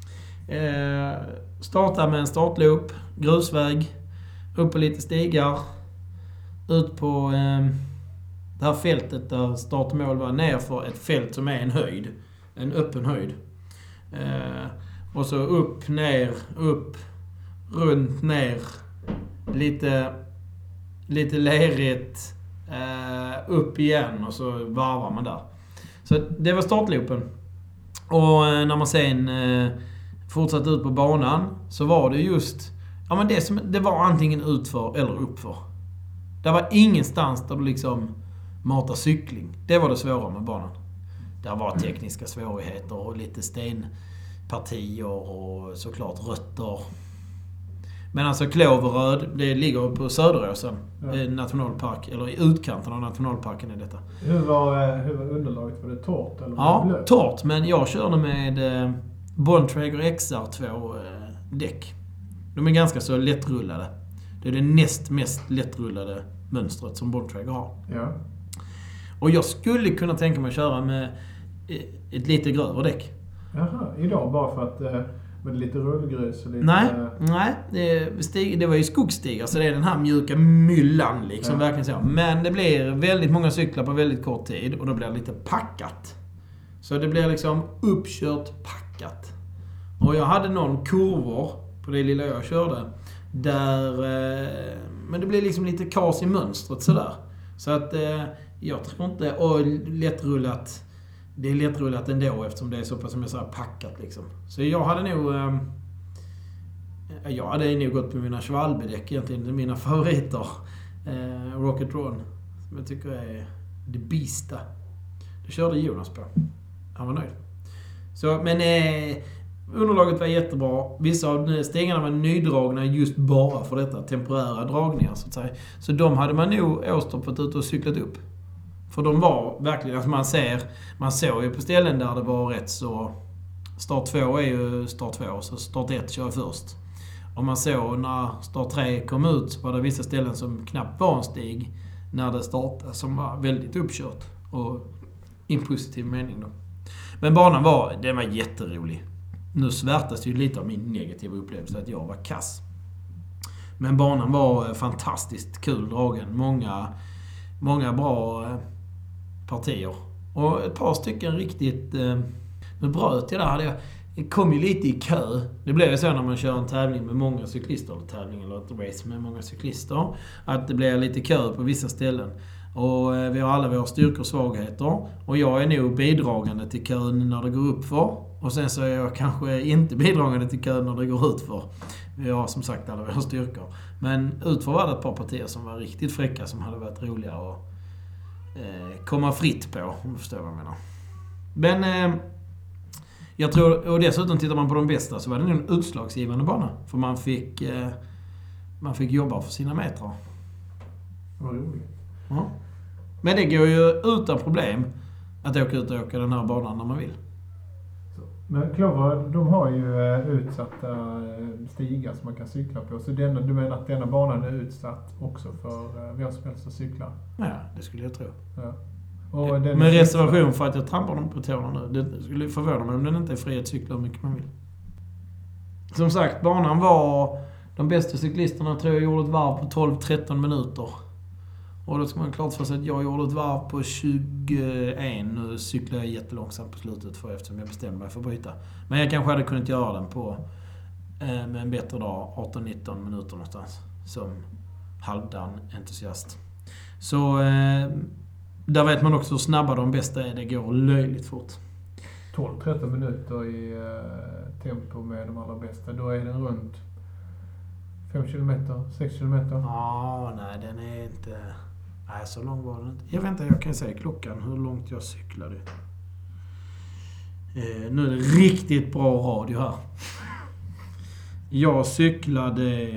Eh, starta med en startloop, grusväg, upp på lite stigar, ut på eh, det här fältet där start och mål var, ner för ett fält som är en höjd, en öppen höjd. Eh, och så upp, ner, upp, runt, ner, lite lite lerigt, eh, upp igen och så varvar man där. Så det var startloopen. Och eh, när man sen eh, fortsatte ut på banan så var det just, ja men det som det var antingen utför eller uppför. Det var ingenstans där du liksom matar cykling. Det var det svåra med banan. Där var tekniska svårigheter och lite stenpartier och såklart rötter. Men alltså Klåveröd, det ligger på Söderåsen, ja. Nationalpark, eller i utkanten av nationalparken är detta. Hur var, hur var underlaget? Var det torrt eller ja, blöt? Torrt, men jag körde med eh, Bontrager X R två eh, däck. De är ganska så lättrullade. Det är det näst mest lättrullade mönstret som Bontrager har. Ja. Och jag skulle kunna tänka mig att köra med ett lite grövre däck. Jaha, idag bara för att... Eh... Var det lite rullgrus och lite... Nej, nej det, stig, det var ju skogsstigar, så det är den här mjuka myllan liksom, ja. Verkligen så. Men det blir väldigt många cyklar på väldigt kort tid och då blir det lite packat. Så det blir liksom uppkört, packat. Och jag hade någon kurvor på det lilla jag körde där... Eh, men det blir liksom lite kas i mönstret sådär. Så att eh, jag tror inte... Och lättrullat... Det är lättrullat ändå eftersom det är så pass som jag sa packat liksom. Så jag hade nog... Eh, jag hade nog gått på mina Schwalbe-däck egentligen. Mina favoriter. Eh, Rocket Ron. Som jag tycker är det bästa. Det körde Jonas på. Han var nöjd. Så, men eh, underlaget var jättebra. Vissa av stängarna var nydragna just bara för detta. Temporära dragningar så att säga. Så de hade man nog åstoppat ut och cyklat upp. För de var verkligen, alltså man ser, man såg ju på ställen där det var rätt så, start två är ju start två, så start ett kör först. Och man såg när start tre kom ut så var det vissa ställen som knappt var en stig när det startade, som var väldigt uppkört och i en positiv mening då. Men banan var, den var jätterolig. Nu svärtas ju lite av min negativa upplevelse att jag var kass. Men banan var fantastiskt kul dragen, många, många bra partier. Och ett par stycken riktigt... Eh, nu bröt jag där. Hade jag, jag kom ju lite i kö. Det blev ju så när man kör en tävling med många cyklister. Eller tävling eller ett race med många cyklister. Att det blir lite kö på vissa ställen. Och eh, vi har alla våra styrkor och svagheter. Och jag är nog bidragande till kön när det går upp för. Och sen så är jag kanske inte bidragande till kön när det går ut för. Vi har som sagt alla våra styrkor. Men utför var det ett par partier som var riktigt fräcka som hade varit roliga att eh, komma fritt på, om du förstår vad jag menar. Men eh, jag tror, och dessutom tittar man på de bästa så var det nog en utslagsgivande bana. För man fick, eh, man fick jobba för sina metrar. Vad roligt. Ja. Men det går ju utan problem att åka ut och åka den här banan när man vill. Men Clover, de har ju utsatta stigar som man kan cykla på. Så denna, du menar att denna banan är utsatt också för vem som helst att cykla? Ja, det skulle jag tro. Ja. Och den med reservation för att jag trampar dem på tårna nu. Det skulle förvåna mig om den inte är fri att cykla hur mycket man vill. Som sagt, banan var... De bästa cyklisterna tror jag gjorde ett varv på tolv tretton minuter. Och då ska man klart för sig att jag gjorde ett varv på tjugoen. Nu cyklar jag jättelångsamt på slutet för eftersom jag bestämde mig för att byta. Men jag kanske hade kunnat göra den på eh, med en bättre dag, arton nitton minuter någonstans. Som halvdan entusiast. Så eh, där vet man också hur snabba de bästa är. Det går löjligt fort. tolv tretton minuter i eh, tempo med de allra bästa. Då är den runt fem kilometer, sex kilometer. Ja, nej den är inte... Nej, så lång var den inte. Jag vet inte, jag kan säga klockan hur långt jag cyklade. Eh, nu är det riktigt bra radio här. Jag cyklade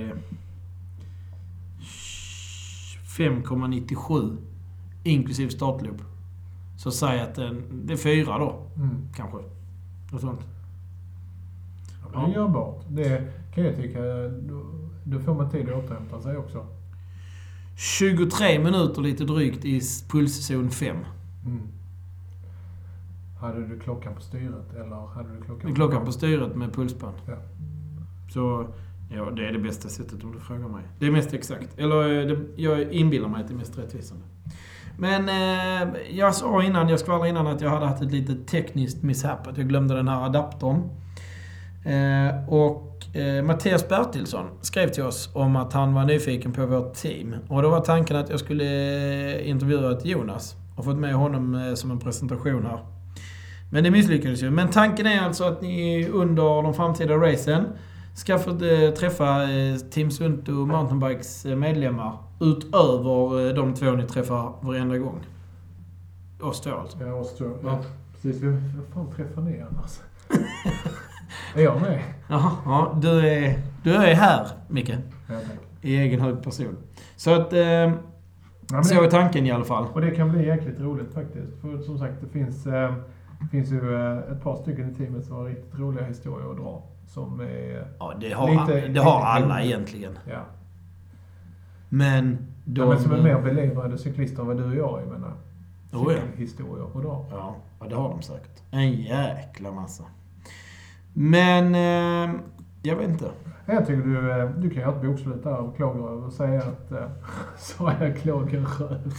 fem komma nittiosju inklusive startloop. Så säg att den, det är fyra då. Mm. Kanske. Något sånt. Ja, det är görbart. Det kan jag tycka. Då, då får man tid att återhämta sig också. tjugotre minuter lite drygt i pulszon fem. Mm. Hade du klockan på styret eller hade du klockan på klockan på styret med pulsband? Ja. Så ja, det är det bästa sättet om du frågar mig. Det är mest exakt. Eller det, jag inbillar mig att det är mest rättvisande. Men eh, jag sa innan, jag skvallrade innan att jag hade haft ett litet tekniskt misshap. Att jag glömde den här adaptern. Eh, och Eh, Mattias Bertilsson skrev till oss om att han var nyfiken på vårt team. Och då var tanken att jag skulle eh, intervjua ett Jonas och fått med honom eh, som en presentation här. Men det misslyckades ju. Men tanken är alltså att ni under de framtida racen ska få eh, träffa eh, Team Sunto Mountainbikes eh, medlemmar utöver eh, de två ni träffar varenda gång. Oss två alltså. Ja, oss två. Ja, precis. Vad fan träffar ni annars? Är jag med? Ja, ja du, är, du är här, Micke. Ja, i egen hög person. Så att... Eh, ja, så det, är tanken i alla fall. Och det kan bli jäkligt roligt faktiskt. För som sagt, det finns, eh, finns ju eh, ett par stycken i teamet som har riktigt roliga historier att dra. Som är... Ja, det har, lite, det har lite alla kul. Egentligen. Ja. Men de... Ja, men som är mer belevrade cyklister än vad du och jag är, menar. Oh, ja. Historier att dra. Ja, ja, det har de säkert. En jäkla massa. Men, eh, jag vet inte. Jag tycker du, du kan göra ett bokslut där av Klågeröv och säga att eh, så är jag Klågeröv.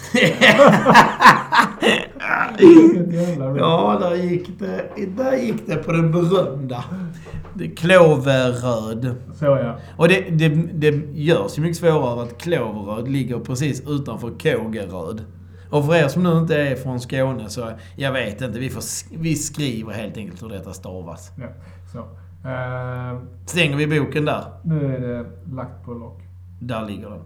Ja, där gick, det, där gick det på den berömda. Det Klåverröd. Så ja. Och det, det, det görs ju mycket svårare av att Klåveröd ligger precis utanför Kågeröd. Och för er som nu inte är från Skåne så, jag vet inte, vi, får, vi skriver helt enkelt hur detta stavas. Ja, så. Uh, Stänger vi boken där? Nu är det lagt på lock. Där ligger den.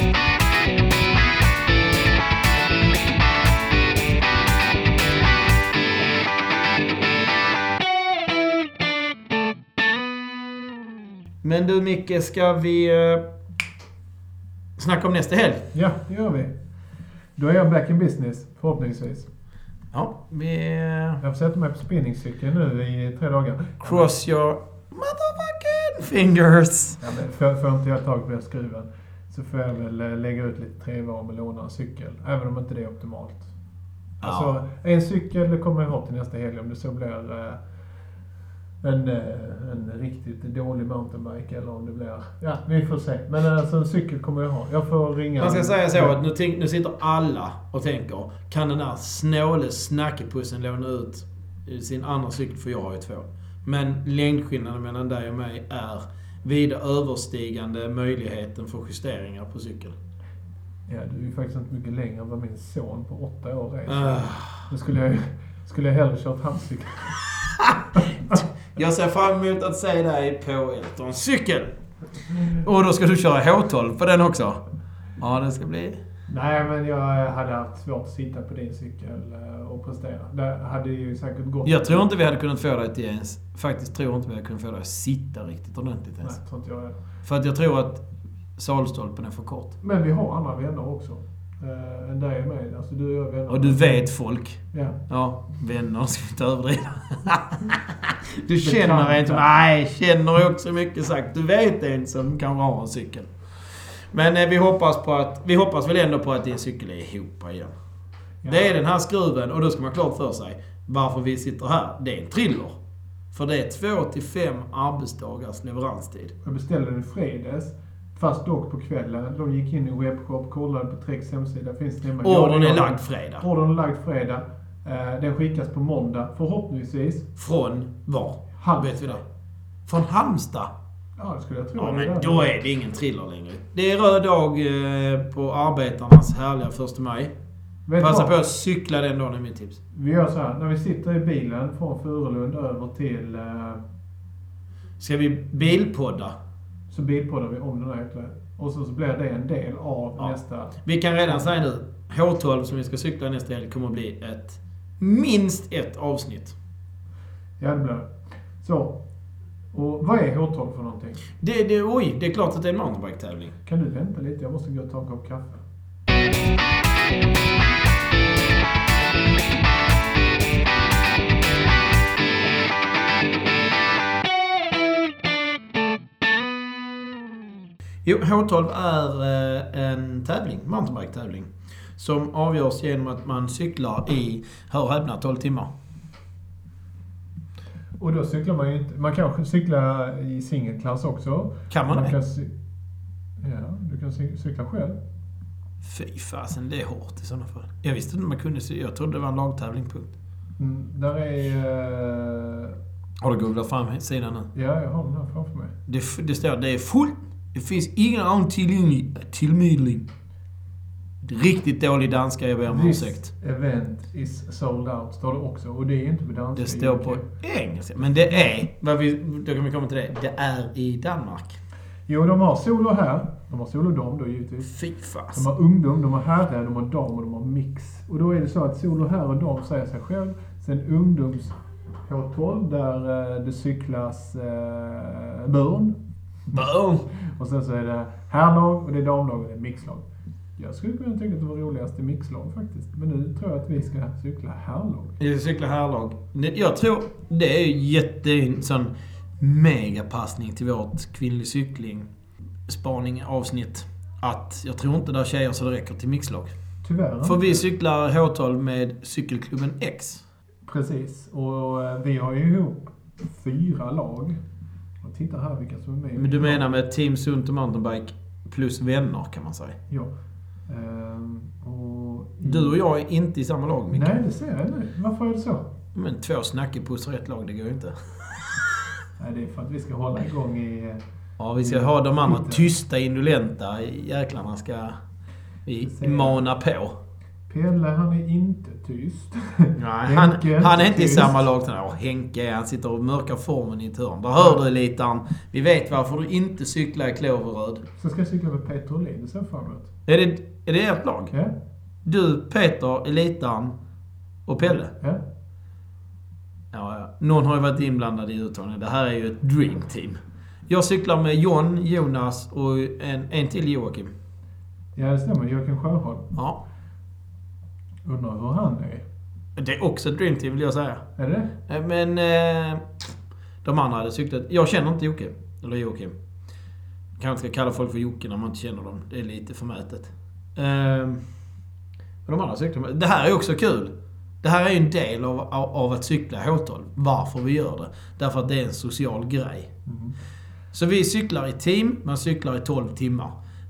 Men du Micke, ska vi uh, snacka om nästa helg? Ja, det gör vi. Då är jag back in business, förhoppningsvis. Ja, vi... Jag får sätta mig på spinningcykeln nu i tre dagar. Cross your motherfucking fingers. Ja, men för, för inte jag tag på den skruven så får jag väl lägga ut lite trevar med låna en cykel. Även om inte det är optimalt. Ja. Alltså, en cykel kommer jag ha till nästa helg om det så blir eh, en, en riktigt dålig mountainbike eller om det blir... Ja, vi får se. Men alltså en cykel kommer jag ha. Jag får ringa... Man ska säga så att nu, tänk, nu sitter alla och tänker, kan den här snåle snackepussen låna ut sin andra cykel, för jag har ju två. Men längdskillnaden mellan dig och mig är vida överstigande möjligheten för justeringar på cykel. Ja, du är ju faktiskt inte mycket längre än vad min son på åtta år är. Uh. Nu skulle jag, skulle jag hellre kört handcykel. Jag ser fram emot att se dig på Eltons cykel. Och då ska du köra H tolv på den också. Ja, det ska bli... Nej, men jag hade haft svårt att sitta på din cykel och prestera. Det hade ju säkert gått. Jag tror inte vi hade kunnat få dig till ens... Faktiskt tror inte vi hade kunnat få dig att sitta riktigt ordentligt ens. Nej, tror inte jag det. För att jag tror att salstolpen är för kort. Men vi har andra vänner också. Äh, än dig och mig. Alltså, du och jag vänner. Och du vet folk. Ja. Ja, vänner ska vi inte överdriva. Du känner en som... Nej, känner också mycket sagt. Du vet en som kan ha en cykel. Men eh, vi hoppas på att... Vi hoppas väl ändå på att din cykel är ihop igen. Ja. Det är den här skruven. Och då ska man klart för sig varför vi sitter här. Det är en thriller. För det är två till fem arbetsdagars leveranstid. Jag beställde den fredags. Fast dock på kvällen. De gick in i webbshop, kollade på Treks hemsida. Finns det hemma. Ordern är lagd fredag. Ordern är lagd fredag. Eh, den skickas på måndag. Förhoppningsvis. Från var? Halmstad. Vet vi det? Från Halmstad? Ja, det skulle jag tro. Ja, men då är det ingen thriller längre. Det är röd dag eh, på arbetarnas härliga första maj. Vet Passa vad? på att cykla den dagen är mitt tips. Vi gör så här. När vi sitter i bilen från Furulund över till... Eh, Ska vi bilpodda? Så bilpoddar vi om den här jäkla. Och så, så blir det en del av ja. nästa... Vi kan redan säga nu. H tolv som vi ska cykla nästa helg kommer att bli ett... Minst ett avsnitt. Ja, det blir det. Så. Och vad är H tolv för någonting? Det, det, oj, det är klart att det är en mountainbike-tävling. Kan du vänta lite? Jag måste gå och ta en kopp kaffe. Jo, H tolv är en tävling, mountainbike-tävling. Som avgörs genom att man cyklar i, hör häpna, tolv timmar. Och då cyklar man ju inte... Man kan cykla i singelklass också. Kan man, man det? Kan cy- ja, du kan cykla själv. Fy fasen, det är hårt i sådana fall. Jag visste inte man kunde cykla. Jag trodde det var en lagtävling, punkt. Mm, där är... Uh... Har du googlat fram sidan nu? Ja, jag har den här framför mig. Det, det står det är fullt. Det finns ingen annan tillmedling. Riktigt dålig danska, jag ber om ursäkt. This event is sold out, står det också. Och det är inte på danska. Det står på engelska. Men det är, vad vi, då kan vi komma till det, det är i Danmark. Jo, de har solo här. De har solo dam då givetvis. Fy fast. De har ungdom, de har herrar, de har dam och de har mix. Och då är det så att solo här och dam säger sig själv. Sen ungdoms H tolv där eh, det cyklas eh, burn. Burn! Och sen så är det herrlag och det är damlag och det är mixlag. Jag skulle kunna tycka att det var roligast i mixlag faktiskt. Men nu tror jag att vi ska cykla härlag. Vi ska cykla härlag. Jag tror det är jätte en sån megapassning till vårt kvinnlig cykling spaning avsnitt. Att jag tror inte där tjejer så det räcker till mixlag. Tyvärr. För vi cyklar H tolv med cykelklubben X. Precis. Och vi har ju ihop fyra lag. Och titta här vilka som är med. Men du menar med Team Sunt och Mountainbike plus vänner kan man säga? Ja. Um, och i... Du och jag är inte i samma lag, Micke. Nej, det ser jag nu. Varför är det så? Men två snackepussar i ett lag, det går ju inte. Nej, det är för att vi ska hålla igång i... Ja, vi ska ha de andra inte. Tysta, indolenta jäklarna ska vi mana på. Pelle, han är inte tyst. Nej, han, han är inte tyst. I samma lag. Åh, Henke, han sitter och mörkar formen i ett hörn. Där hör du lite. Vi vet varför du inte cyklar i Klåveröd. Så ska jag cykla med Peter Olin, det ser fram emot. Är det, är det ert lag? Ja. Du, Peter, Elitan och Pelle? Ja. Ja, ja. Någon har ju varit inblandad i uttagningen. Det här är ju ett dream team. Jag cyklar med John, Jonas och en, en till Joakim. Ja, det stämmer. Joakim Sjöholm. Ja. Undrar hur han är. Det är också ett dream team, vill jag säga. Är det? Men eh, de andra hade cyklat. Jag känner inte Jocke. Eller Joakim. Kanske ska kalla folk för Jocke när man inte känner dem. Det är lite förmätet. Eh, men de andra cyklar. Det här är också kul. Det här är ju en del av, av, av att cykla H tolv. Varför vi gör det. Därför att det är en social grej. Mm. Så vi cyklar i team. Man cyklar i tolv timmar.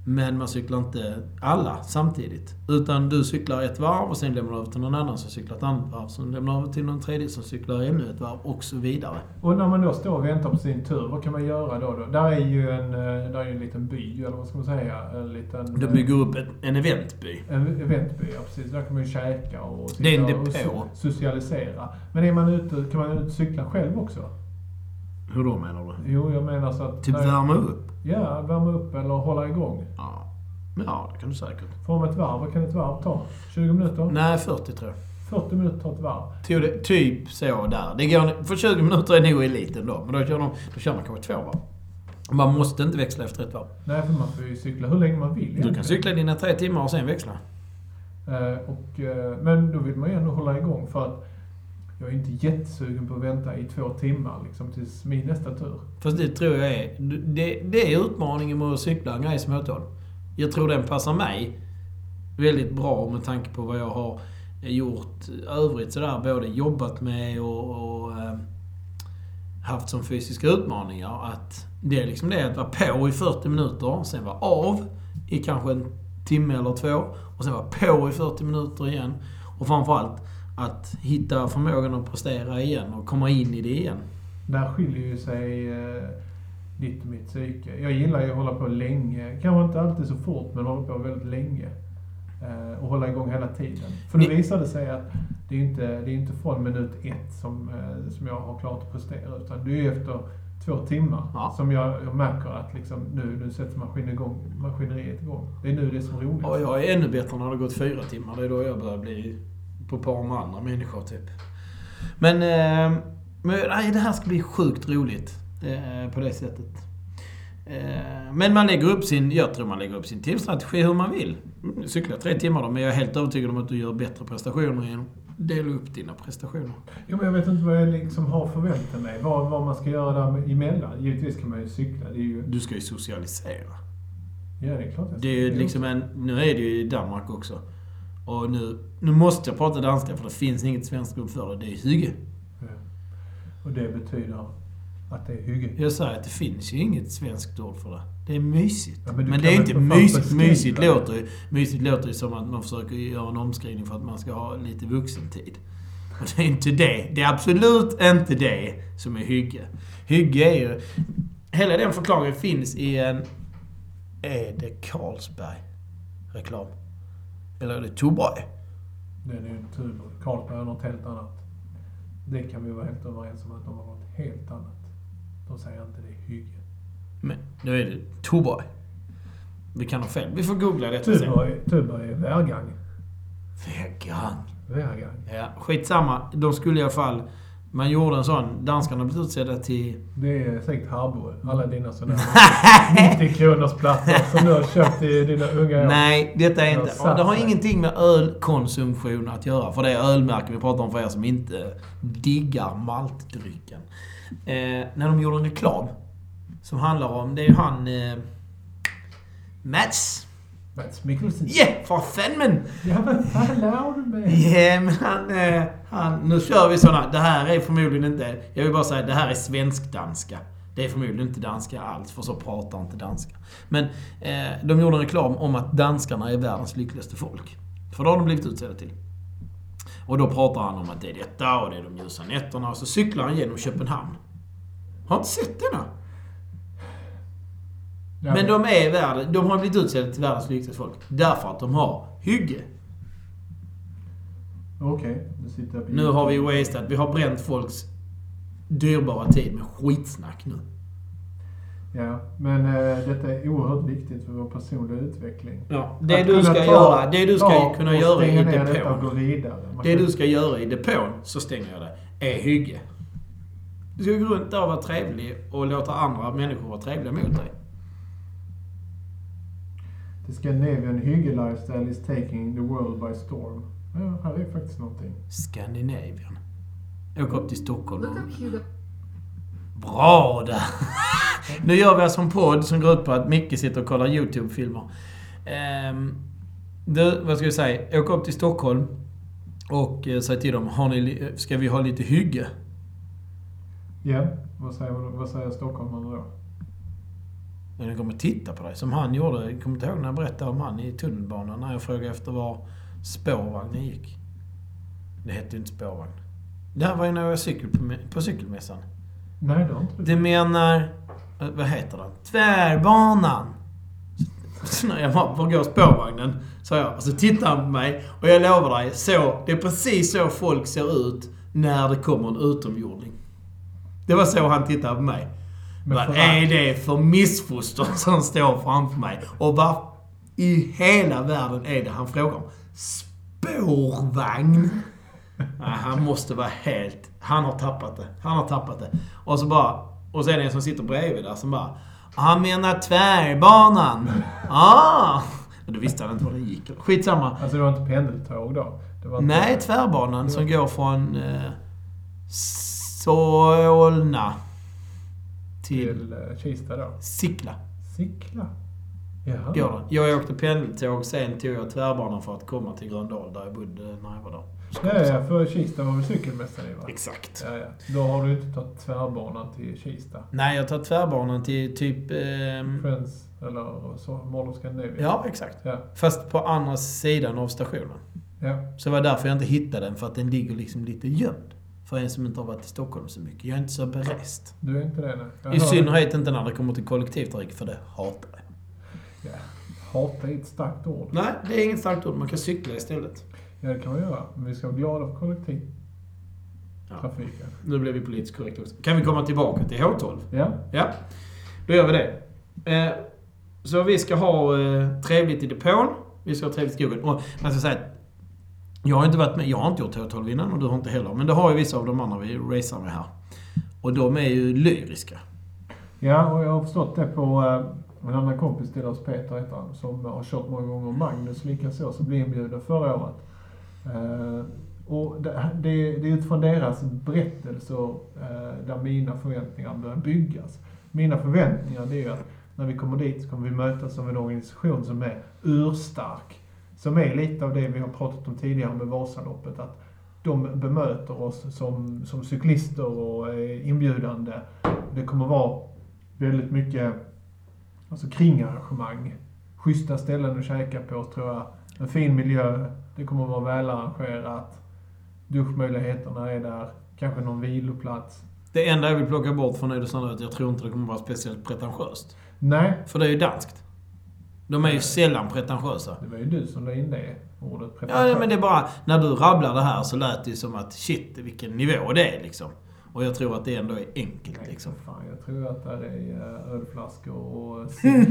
Men man cyklar inte alla samtidigt. Utan du cyklar ett varv och sen lämnar du över till någon annan som cyklar ett annat varv. Som lämnar över till någon tredje som cyklar ännu ett varv och så vidare. Och när man då står och väntar på sin tur, vad kan man göra då? då? Där är ju en, där är en liten by, eller vad ska man säga? En liten... Du bygger upp en, en eventby. En eventby, ja precis. Där kan man ju käka och, det är en depå. och socialisera. Men är man ute, kan man cykla själv också? Hur då menar du? Jo, jag menar så att... Typ nej, värma upp? Ja, värma upp eller hålla igång. Ja. Ja, det kan du säkert. Får ett varv, vad kan ett varv ta? tjugo minuter? Nej, fyrtio tror jag. fyrtio minuter tar ett varv. Det, typ så där. Det går, för tjugo minuter är nog eliten då. Men då kör, de, då kör man kanske två varv. Man måste inte växla efter ett varv. Nej, för man får ju cykla hur länge man vill egentligen. Du kan cykla dina tre timmar och sen växla. Eh, och, eh, men då vill man ju ändå hålla igång för att jag är inte jättesugen på att vänta i två timmar liksom, tills min nästa tur. Fast det tror jag är... Det, det är utmaningen med att cykla en grej som jag tar. Jag tror den passar mig väldigt bra med tanke på vad jag har gjort övrigt sådär. Både jobbat med och, och äh, haft som fysiska utmaningar. Att det är liksom det att vara på i fyrtio minuter, sen vara av i kanske en timme eller två och sen vara på i fyrtio minuter igen. Och framförallt att hitta förmågan att prestera igen och komma in i det igen. Där skiljer ju sig eh, ditt och mitt psyke. Jag gillar ju att hålla på länge. Kanske inte alltid så fort, men hålla på väldigt länge. Eh, och hålla igång hela tiden. För det visade sig att det är inte, det är inte från minut ett som, eh, som jag har klart att prestera. Utan det är efter två timmar ja. som jag, jag märker att liksom, nu, nu sätter maskin igång, maskineriet igång. Det är nu det är som roligt. Ja, jag är ännu bättre när det har gått fyra timmar. Det är då jag börjar bli på par med andra människor typ. Men, eh, men nej, det här ska bli sjukt roligt eh, på det sättet. Eh, men man lägger upp sin, jag tror man lägger upp sin teamstrategi hur man vill. Cykla tre timmar då, men jag är helt övertygad om att du gör bättre prestationer genom dela upp dina prestationer. Jo, men jag vet inte vad jag liksom har förväntat mig. Vad, vad man ska göra där emellan. Givetvis kan man ju cykla. Det är ju... Du ska ju socialisera. Ja, det är klart. Det är ju liksom en, nu är det ju i Danmark också. Och nu, nu måste jag prata danska för det finns inget svenskt ord för det. Det är hygge. Ja. Och det betyder att det är hygge. Jag säger att det finns ju inget svenskt ord för det. Det är mysigt. Ja, men, men det är inte mysigt. Mysigt det. låter ju, mysigt låter ju som att man försöker göra en omskrivning för att man ska ha lite vuxentid. Och det är inte det. Det är absolut inte det som är hygge. Hygge är ju... Hela den förklaringen finns i en... Är det Carlsberg-reklam? Eller är det Tuborg? Det är ju en Tuborg. Carlsberg är något helt annat. Det kan vi vara helt överens om att de har något helt annat. De säger inte det är hygge. Men då är det Tuborg. Vi kan ha fel. Vi får googla det. Tuborg, Tuborg är Värgang. Värgang. Värgang. Ja, skitsamma. De skulle i alla fall... Man gjorde en sån. Danskarna blev utsedda till... Det är säkert Harbo. Alla dina sådana nittio kronors plattor som du har köpt i dina unga år. Nej, detta är inte... Det har ingenting med ölkonsumtion att göra. För det är ölmärken vi pratar om för er som inte diggar maltdrycken. Eh, när de gjorde en reklam som handlar om... Det är ju han... Eh, Mats... Mats Mikkelsen. Ja, yeah, för fan men... Ja, men fan lär du med? Ja, yeah, men han, eh, han... Nu kör vi såna. Det här är förmodligen inte... Jag vill bara säga, det här är svensk-danska. Det är förmodligen inte danska alls, för så pratar inte danska. Men eh, de gjorde en reklam om att danskarna är världens lyckligaste folk. För då har de blivit utsedda till. Och då pratar han om att det är detta och det är de ljusa nätterna. Och så cyklar han genom Köpenhamn. Har inte sett denna? Ja, men de är värld, de har blivit utsedda till världens lyckligaste folk. Därför att de har hygge. Okej, okay, nu sitter jag på... Nu har vi wasted. Vi har bränt folks dyrbara tid med skitsnack nu. Ja, men äh, detta är oerhört viktigt för vår personliga utveckling. Ja, det du ska ta, göra, det du ska kunna göra i depån. Det du ska göra i depån, så stänger jag det, är hygge. Du ska gå runt där och vara trevlig och låta andra människor vara trevliga mot dig. The Scandinavian hygge lifestyle is taking the world by storm. Ja, här är faktiskt någonting. Skandinavien. Jag åker upp till Stockholm. Bra där! Nu gör vi som podd som går ut på att Micke sitter och kollar YouTube-filmer. Um, du, vad ska vi säga? Åka upp till Stockholm och uh, säga till dem, har ni, ska vi ha lite hygge? Ja, vad säger, vad säger stockholmarna då? Och den kommer titta på dig. Som han gjorde. Jag kommer inte ihåg när jag berättade om han i tunnelbanan. När jag frågade efter var spårvagnen gick. Det hette ju inte spårvagn. Det här var ju när jag var cykel på, på cykelmässan. Nej, det har inte det. menar... Vad heter den? Tvärbanan. Så när jag var på gå spårvagnen så jag, och så tittar han på mig och jag lovar dig, så, det är precis så folk ser ut när det kommer en utomjording. Det var så han tittade på mig. Men vad är det för missfoster som står framför mig? Och vad i hela världen är det han frågar om? Spårvagn? Nej, han måste vara helt... Han har tappat det. Han har tappat det. Och så bara... Och sen är det en som sitter bredvid där som bara... Han menar tvärbanan. Ah! Och då visste han inte vad det gick. Skitsamma. Alltså det var inte pendeltåg då? Det var inte... Nej, tvärbanan som går från eh, Solna till, till eh, Kista då? Sickla. Sickla? Jaha. Går den. Jag åkte pendeltåg, sen tog jag tvärbanan för att komma till Gröndal där jag bodde när jag var där. Ja, ja, för Kista var väl cykelmästaren i, va? Exakt. Ja, ja. Då har du inte tagit tvärbanan till Kista? Nej, jag tar tvärbanan till typ... Eh, Friends, eller så, Mall of Scandinavia. Ja, exakt. Ja. Fast på andra sidan av stationen. Ja. Så det var därför jag inte hittade den, för att den ligger liksom lite gömd. För en som inte har varit i Stockholm så mycket. Jag är inte så berest. Du är inte det, nej. Jag I hör... synnerhet inte när det kommer till kollektivtrafik, för det hatar jag. Ja. Hata är ett starkt ord. Nej, det är inget starkt ord. Man kan cykla istället. Ja, det kan man göra. Men vi ska vara glada för kollektivtrafiken. Ja. Nu blev vi politiskt korrekt också. Kan vi komma tillbaka till H tolv? Ja. Ja, då gör vi det. Eh, så vi ska ha eh, trevligt i depån. Vi ska ha trevligt i skogen. Och man ska säga att jag har inte varit med, jag har inte gjort H tolv innan och du har inte heller. Men det har ju vissa av de andra vi racear med här. Och de är ju lyriska. Ja, och jag har förstått det på eh, en annan kompis till oss, Peter heter han, som har kört många gånger. Magnus likaså, så blev inbjuden förra året. Eh, och det, det, det är utifrån deras berättelser eh, där mina förväntningar börjar byggas. Mina förväntningar, det är att när vi kommer dit så kommer vi mötas av en organisation som är urstark. Som är lite av det vi har pratat om tidigare med Vasaloppet. Att de bemöter oss som, som cyklister och är inbjudande. Det kommer vara väldigt mycket alltså kringarrangemang. Schyssta ställen att käka på, tror jag. En fin miljö. Det kommer vara välarrangerat. Duschmöjligheterna är där. Kanske någon viloplats. Det enda jag vill plocka bort från Ödesand är att jag tror inte det kommer vara speciellt pretentiöst. Nej. För det är ju danskt. De är ju sällan pretentiösa. Det var ju du som la in det ordet pretentiöst. Ja, men det är bara... När du rabblar det här så lät det ju som att shit, vilken nivå det är liksom. Och jag tror att det ändå är enkelt liksom. Nej, fan, jag tror att det är ölflaskor och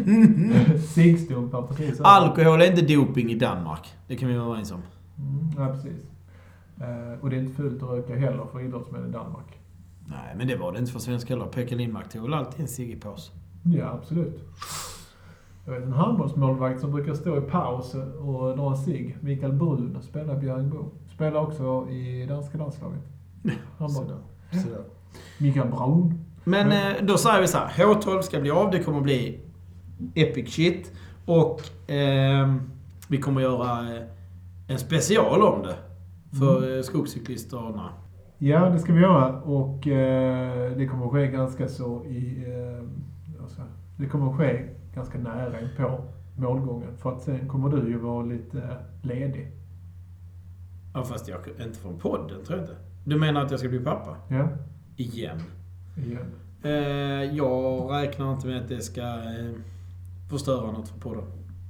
cigstumpar precis. Alkohol är inte doping i Danmark. Det kan vi vara överens om. Mm, ja, precis. Eh, och det är inte fult att röka heller för idrottsmän i Danmark. Nej, men det var det inte för svenska heller. Pekka Lindmark tog väl alltid en cigg i paus. Ja, absolut. Jag vet en handbollsmålvakt som brukar stå i paus och dra en cigg. Mikael Brun spelar Björnbo. Spelar också i danska landslaget. Handboll. Sådär. Mikael Brun. Men, Men då säger vi så här. H tolv ska bli av. Det kommer bli epic shit. Och eh, vi kommer göra eh, en special om det. För mm. skogscyklisterna. Ja, det ska vi göra. Och eh, det kommer att ske ganska så i... Eh, alltså, det kommer att ske ganska nära på målgången. För att sen kommer du ju vara lite ledig. Ja, fast jag inte från podden, tror jag inte. Du menar att jag ska bli pappa? Ja. Igen. Igen. Eh, jag räknar inte med att det ska eh, förstöra något för podden.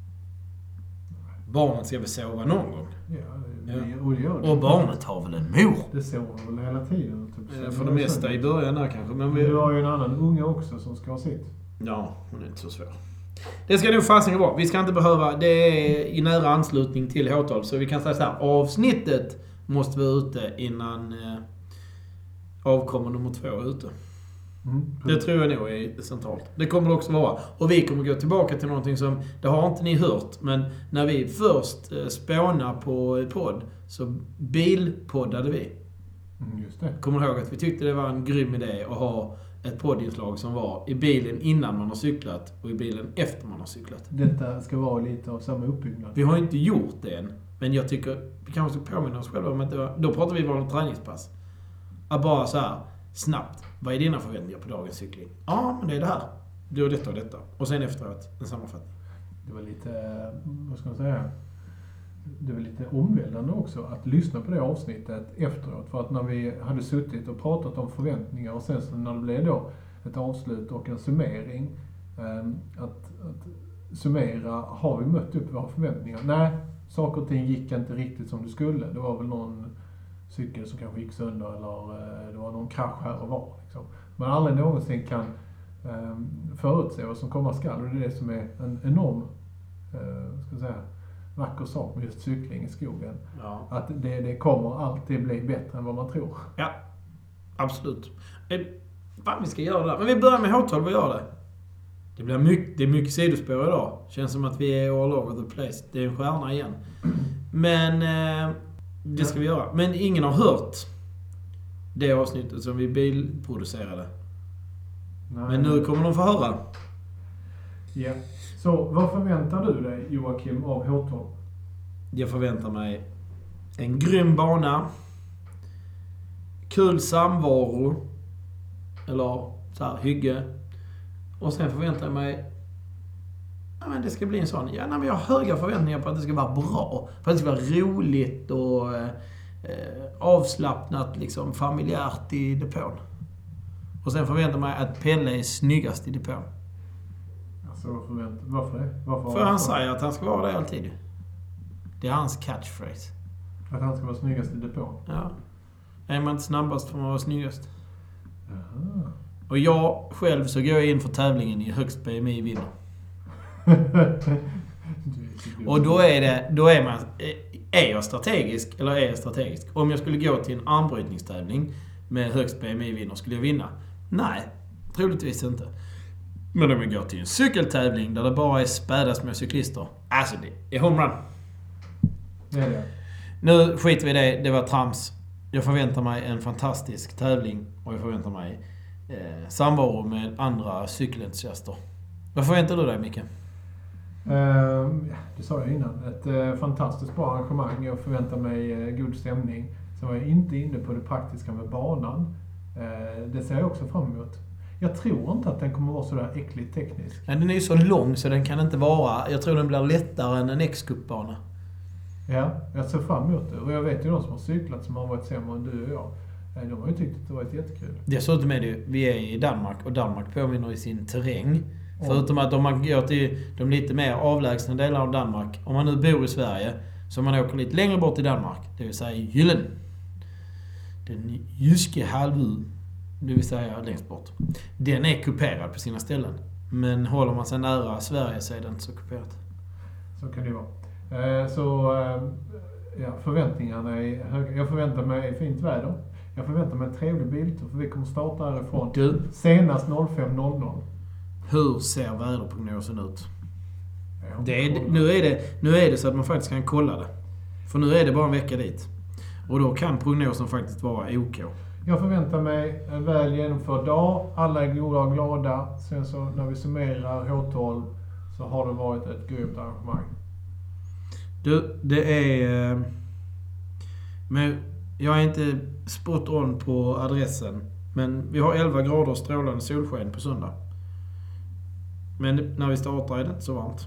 Barnet ska väl sova någon gång. Ja, det, ja. Och, det gör det. Och barnet har väl en mor? Det sover väl hela tiden. Typ. Eh, för det mesta i början där kanske. Men vi... Du har ju en annan unge också som ska ha sitt. Ja, hon är inte så svår. Det ska nog fasiken vara. Vi ska inte behöva... Det är i nära anslutning till H tolv. Så vi kan säga så här. Avsnittet måste vara ute innan eh, avkommer nummer två är ute. Mm, det tror jag nog är centralt. Det kommer det också vara. Och vi kommer gå tillbaka till någonting som... Det har inte ni hört. Men när vi först eh, spånade på podd så bilpoddade vi. Mm, just det. Kommer ihåg att vi tyckte det var en grym idé att ha ett poddinslag som var i bilen innan man har cyklat och i bilen efter man har cyklat. Detta ska vara lite av samma uppbyggnad. Vi har inte gjort det än. Men jag tycker vi kanske ska påminna oss själva om att det var... Då pratar vi bara om träningspass. Att bara så här snabbt. Vad är dina förväntningar på dagens cykling? Ja, men det är det här. du har detta och detta. Och sen efteråt en sammanfattning. Det var lite, vad ska man säga, det var lite omvälvande också att lyssna på det avsnittet efteråt. För att när vi hade suttit och pratat om förväntningar och sen så när det blev då ett avslut och en summering, att, att summera, har vi mött upp våra förväntningar? Nej, saker och ting gick inte riktigt som det skulle. Det var väl någon cykel som kanske gick sönder eller det var någon krasch här och var. Liksom. Man aldrig någonsin kan um, förutse vad som komma skall. Och det är det som är en enorm uh, ska jag säga, vacker sak med just cykling i skogen. Ja. Att det, det kommer alltid bli bättre än vad man tror. Ja, absolut. Fan, vi ska göra det. Men vi börjar med H tolv och gör det. Det blir mycket, det är mycket sidospår idag. Känns som att vi är all over the place. Det är en stjärna igen. Men eh, det ska vi göra. Men ingen har hört det avsnittet som vi bilproducerade. Nej. Men nu kommer de få höra. Ja. Så vad förväntar du dig, Joakim, av H tolv? Jag förväntar mig en grym bana. Kul samvaro. Eller så här, hygge. Och sen förväntar jag mig, ja men det ska bli en sån, ja nej, men jag har höga förväntningar på att det ska vara bra. För att det ska vara roligt och eh, avslappnat, liksom familjärt i depån. Och sen förväntar jag mig att Pelle är snyggast i depån. Alltså förväntar, varför det? Varför För han säger att han ska vara det alltid. Det är hans catchphrase. Att han ska vara snyggast i depån? Ja. Är man inte snabbast får man vara snyggast. Jaha. Och jag själv så går jag in för tävlingen i högst B M I vinner. Och då är det, då är man, är jag strategisk eller är jag strategisk? Om jag skulle gå till en armbrytningstävling med högst B M I vinner, skulle jag vinna? Nej, troligtvis inte. Men om jag går till en cykeltävling där det bara är späda små cyklister, alltså det är homerun. Det är det. Nu skiter vi i det, det var trams. Jag förväntar mig en fantastisk tävling och jag förväntar mig Eh, samvaro med andra cykelentusiaster. Vad förväntar du dig, Micke? Uh, det sa jag innan. Ett uh, fantastiskt bra arrangemang. Jag förväntar mig uh, god stämning. Så var jag inte inne på det praktiska med banan. Uh, det ser jag också fram emot. Jag tror inte att den kommer vara så där äckligt teknisk. Ja, den är ju så lång så den kan inte vara... Jag tror den blir lättare än en X-Cup-bana. Ja, jag ser fram emot det. Och jag vet ju de som har cyklat som har varit sämre än du och jag. De har ju tyckt att det var ett jättekul. Dessutom är det ju, vi är i Danmark och Danmark påminner i sin terräng. Mm. Förutom att om man går till de lite mer avlägsna delar av Danmark, om man nu bor i Sverige, så man åker lite längre bort i Danmark, det vill säga Jylland. Den jyske halvön, det vill säga längst bort. Den är kuperad på sina ställen. Men håller man sig nära Sverige så är den inte så kuperat. Så kan det vara. Så ja, förväntningarna är höga. Jag förväntar mig fint väder. Jag förväntar mig en trevlig biltur för vi kommer starta härifrån du, senast fem noll noll. Hur ser väderprognosen ut? Det är, nu, är det, nu är det så att man faktiskt kan kolla det. För nu är det bara en vecka dit. Och då kan prognosen faktiskt vara OK. Jag förväntar mig en väl genomförd dag. Alla är goda och glada. Sen så när vi summerar H tolv så har det varit ett grymt arrangemang. Du, det är... Men jag är inte spot on på adressen. Men vi har elva grader strålande solsken på söndag. Men när vi startar är det inte så varmt.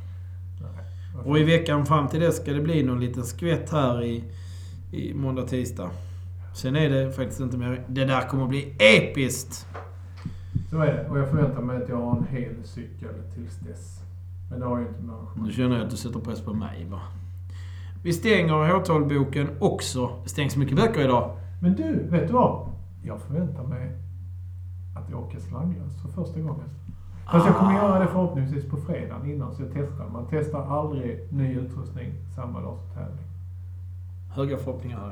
Nej, och i veckan fram till det ska det bli någon liten skvätt här i, i måndag, tisdag. Sen är det faktiskt inte mer... Det där kommer att bli episkt! Så är det. Och jag förväntar mig att jag har en hel cykel tills dess. Men det har jag inte med. Nu känner jag att du sätter press på mig, va? Vi stänger H tolv-boken också. Det stängs mycket böcker idag. Men du, vet du vad? Jag förväntar mig att jag åker slanglöst för första gången. Fast jag kommer göra det förhoppningsvis på fredagen innan så jag testar. Man testar aldrig ny utrustning samma dag som tävling. Höga förhoppningar här.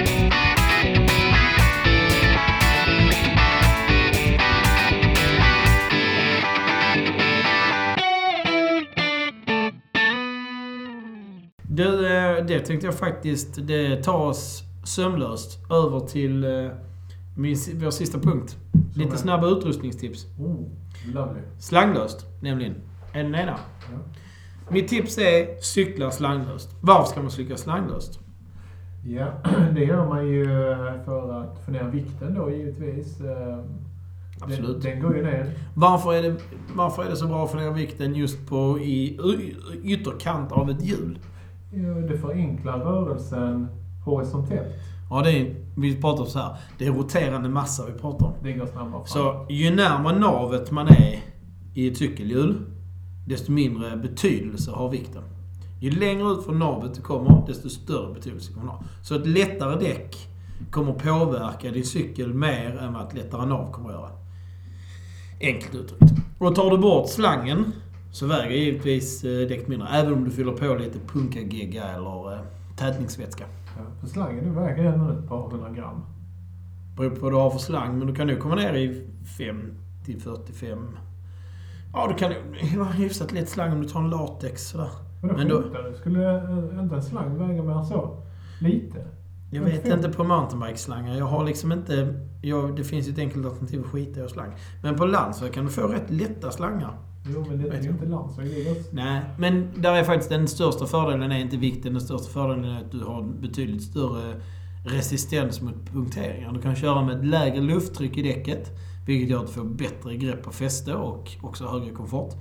Det, det tänkte jag faktiskt, det tas sömlöst över till min, vår sista punkt. Som lite är snabba utrustningstips. Oh, lovely. Slanglöst, nämligen. Är den ena? Ja. Mitt tips är cykla slanglöst. Varför ska man cykla slanglöst? Ja, det gör man ju för att få ner vikten då givetvis. Absolut. Den, den går ju ner. Varför är, det, varför är det så bra att få ner vikten just på i ytterkant av ett hjul? Ja, det förenklar rörelsen horisontellt. Ja, det är, vi pratar om så här. Det är roterande massa vi pratar om. Det går snabbare fram. Så ju närmare navet man är i ett cykelhjul, desto mindre betydelse har vikten. Ju längre ut från navet du kommer, desto större betydelse kommer det ha. Så ett lättare däck kommer påverka din cykel mer än vad ett lättare nav kommer att göra. Enkelt uttryckt. Och tar du bort slangen så väger givetvis däck mindre. Även om du fyller på lite punkagegga eller eh, tätningsvätska. Ja, för slangen du väger ändå ett par hundra gram. Beror på vad du har för slang. Men du kan nu komma ner i femtio till fyrtiofem. Ja, du kan ju ha hyfsat lätt slang om du tar en latex sådär. Men, men då skulle inte en slang väga mer så? Lite? Jag vet inte på mountainbike-slangar. Jag har liksom inte... Jag, det finns ju ett enkelt alternativ att skita i och slang. Men på landsväg kan du få rätt lätta slangar. Jo, men det är ju inte landsväg. Det är också... Nej, men där är faktiskt den största fördelen är inte vikten. Den största fördelen är att du har betydligt större resistens mot punkteringar. Du kan köra med ett lägre lufttryck i däcket. Vilket gör att du får bättre grepp på fäste och också högre komfort.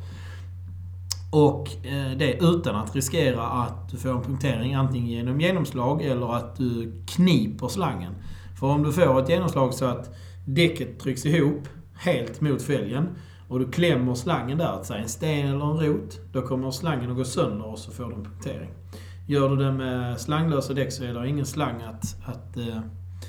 Och det utan att riskera att du får en punktering antingen genom genomslag eller att du kniper slangen. För om du får ett genomslag så att däcket trycks ihop helt mot fälgen och du klämmer slangen där, säg en sten eller en rot, då kommer slangen att gå sönder och så får du en punktering. Gör du det med slanglösa däck så är det ingen slang att, att eh,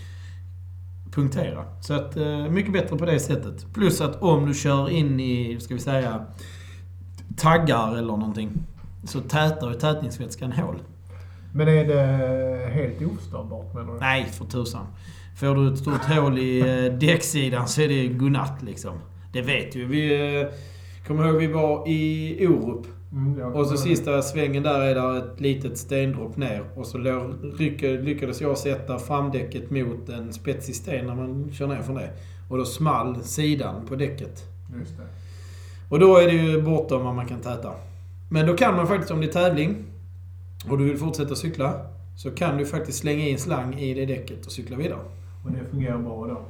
punktera. Så att eh, mycket bättre på det sättet. Plus att om du kör in i, ska vi säga, taggar eller någonting, så tätar ju tätningsvätskan hål. Men är det helt ostörbart menar du? Nej, för tusan. Får du ett stort hål i däcksidan så är det godnatt liksom. Det vet ju. Vi kommer ihåg vi var i Orup. Mm, och så sista svängen där är där ett litet stendropp ner. Och så lyckades jag sätta framdäcket mot en spetsig sten när man kör ner från det. Och då small sidan på däcket. Just det. Och då är det ju bortom vad man kan täta. Men då kan man faktiskt, om det är tävling och du vill fortsätta cykla, så kan du faktiskt slänga in slang i det däcket och cykla vidare. Och det fungerar bra då?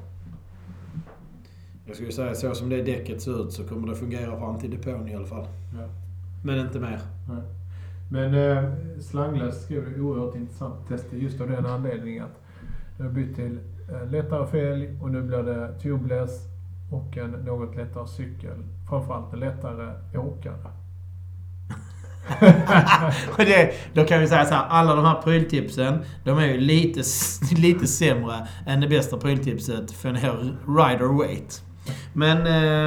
Jag skulle säga så som det däcket ser ut så kommer det fungera fram till depån i alla fall. Ja. Men inte mer. Nej. Men eh, slanglöst ska det oerhört intressant testa just av den anledningen att det har bytt till eh, lättare fälg och nu blir det tubeless och en något lättare cykel. Framförallt en lättare åkare. Och det, då kan vi säga så här, alla de här pryltipsen, de är ju lite, lite sämre än det bästa pryltipset för en här rider weight. Men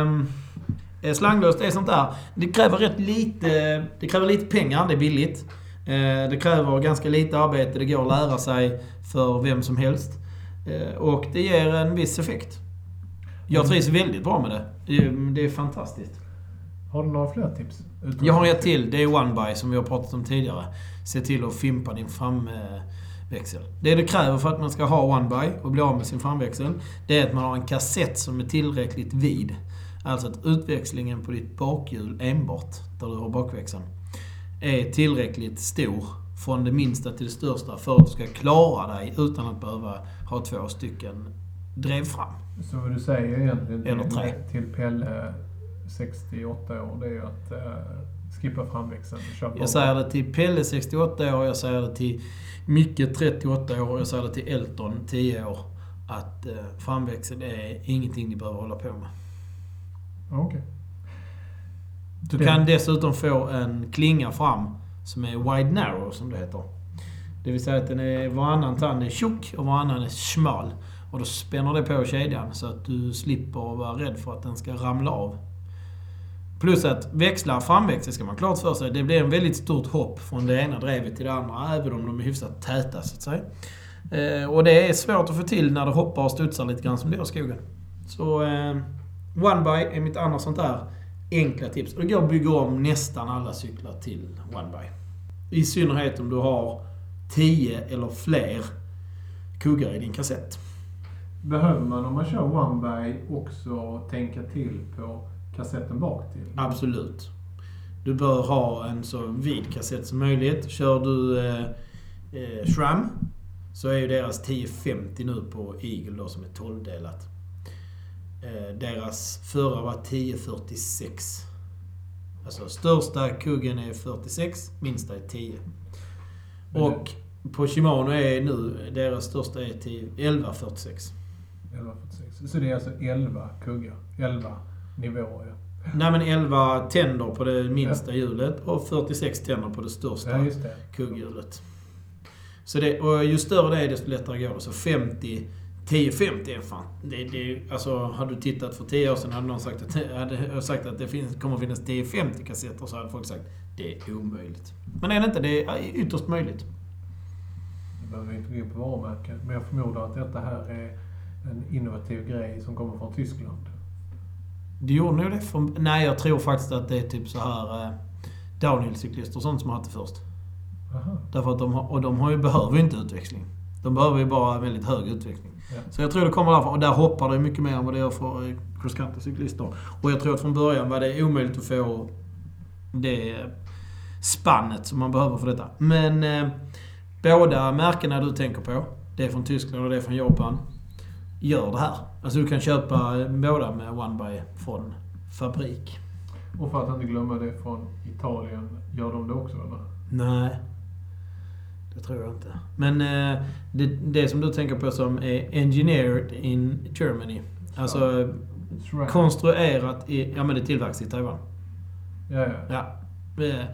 eh, slanglöst är sånt där. Det kräver rätt lite, det kräver lite pengar, det är billigt. Eh, det kräver ganska lite arbete, det går att lära sig för vem som helst. Eh, och det ger en viss effekt. Jag trivs väldigt bra med det. Det är, det är fantastiskt. Har du några fler tips? Jag har ett till. Det är OneBuy som vi har pratat om tidigare. Se till att fimpa din framväxel. Det det kräver för att man ska ha OneBuy och bli av med sin framväxel, det är att man har en kassett som är tillräckligt vid. Alltså att utväxlingen på ditt bakhjul enbart, där du har bakväxeln, är tillräckligt stor från det minsta till det största för att du ska klara dig utan att behöva ha två stycken drev fram. Så vad du säger egentligen Eller tre. till Pelle sextioåtta år, det är ju att uh, skippa framväxeln. Jag säger det till Pelle sextioåtta år, jag säger det till Micke trettioåtta år och jag säger det till Elton tio år. Att uh, framväxeln är ingenting ni behöver hålla på med. Okej. Okay. Du det... kan dessutom få en klinga fram som är wide narrow som det heter. Det vill säga att den är, varannan tand är tjock och varannan är smal. Och då spänner det på kedjan så att du slipper vara rädd för att den ska ramla av. Plus att växla framväxel ska man klart för sig. Det blir en väldigt stort hopp från det ena drevet till det andra, även om de är hyfsat täta så att säga. Eh, och det är svårt att få till när det hoppar och studsar lite grann som det gör i skogen. Så eh, OneBuy är mitt andra sånt där enkla tips. Och det går att bygga om nästan alla cyklar till OneBuy. I synnerhet om du har tio eller fler kuggar i din kassett. Behöver man om man kör OneBuy också tänka till på kassetten bak till? Absolut. Du bör ha en så vid kassett som möjligt. Kör du eh, eh, SRAM så är ju deras tio femtio nu på Eagle då, som är tolvdelat. Eh, deras förra var tio fyrtiosex. Alltså största kuggen är fyrtiosex, minsta är tio. Och på Shimano är nu, deras största är till elva fyrtiosex. elva fyrtiosex. Så det är alltså elva kuggar, elva nivåer. Ja. Nej men elva tänder på det minsta hjulet och fyrtiosex tänder på det största Ja, just det. kugghjulet. Så det, och ju större det är desto lättare går det. Så femtio, tio femtio är fan. Det, det, alltså hade du tittat för tio år sedan hade någon sagt att, hade sagt att det finns, kommer finnas tio femtio kassetter, så hade folk sagt det är omöjligt. Men är det inte, det är ytterst möjligt. Det behöver vi inte gå in på varumärken, men jag förmodar att detta här är en innovativ grej som kommer från Tyskland. Du gjorde nog det från... Nej, jag tror faktiskt att det är typ så här eh, downhill-cyklister och sånt som har haft det först. Aha. Därför att de har, och de har ju, behöver ju inte utväxling. De behöver ju bara väldigt hög utveckling. Ja. Så jag tror det kommer därför. Och där hoppar det mycket mer än vad det gör för cross-country-cyklister. Och jag tror att från början var det omöjligt att få det spannet som man behöver för detta. Men eh, båda märkena du tänker på, det är från Tyskland och det är från Japan, gör det här. Alltså du kan köpa båda med One By från fabrik. Och för att inte glömma det från Italien, gör de det också eller? Nej, det tror jag inte. Men eh, det, det som du tänker på som är engineered in Germany. Alltså right. konstruerat i... Ja men det tillverkas i Taiwan. Ja, ja. Ja. Eh,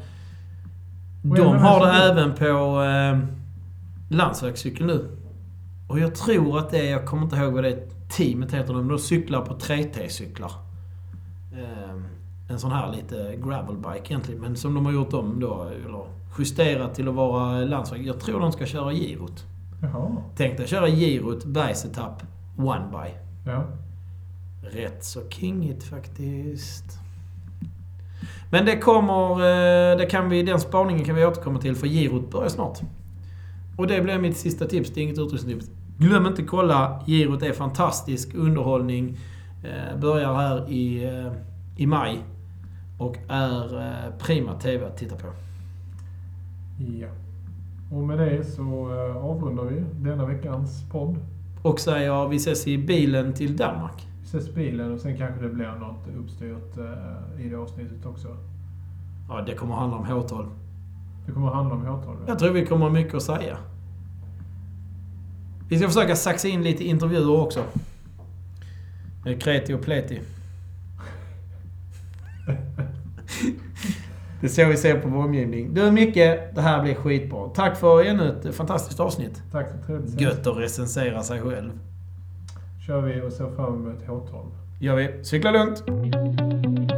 de har det även på eh, landsvägscykel nu. Och jag tror att det är, jag kommer inte ihåg vad det teamet heter, de då cyklar på tre T-cyklar. Eh, en sån här lite gravelbike egentligen, men som de har gjort om då, eller justerat till att vara landsväg. Jag tror de ska köra girot. Jaha. Tänkte köra girot, bergsetapp, one by. Ja. Rätt så kingigt faktiskt. Men det kommer, det kan vi, den spaningen kan vi återkomma till, för girot börjar snart. Och det blir mitt sista tips, det är inget utrustningstips. Glöm inte kolla, girot är fantastisk underhållning. Eh, börjar här i, eh, i maj och är eh, prima tv att titta på. Ja. Och med det så eh, avrundar vi denna veckans podd. Och säger vi ses i bilen till Danmark. Vi ses i bilen och sen kanske det blir något uppstyrt eh, i det avsnittet också. Ja, det kommer handla om H tolv. Det kommer handla om H tolv. Jag tror vi kommer ha mycket att säga. Vi ska försöka saxa in lite intervjuer också. Med Kreti och Pleti. Det är så vi ser på vår omgivning. Du Micke, det här blir skitbra. Tack för ännu ett fantastiskt avsnitt. Tack så trevligt. Gött att recensera sig själv. Kör vi och ser fram emot H tolv. Gör vi. Cykla lugnt.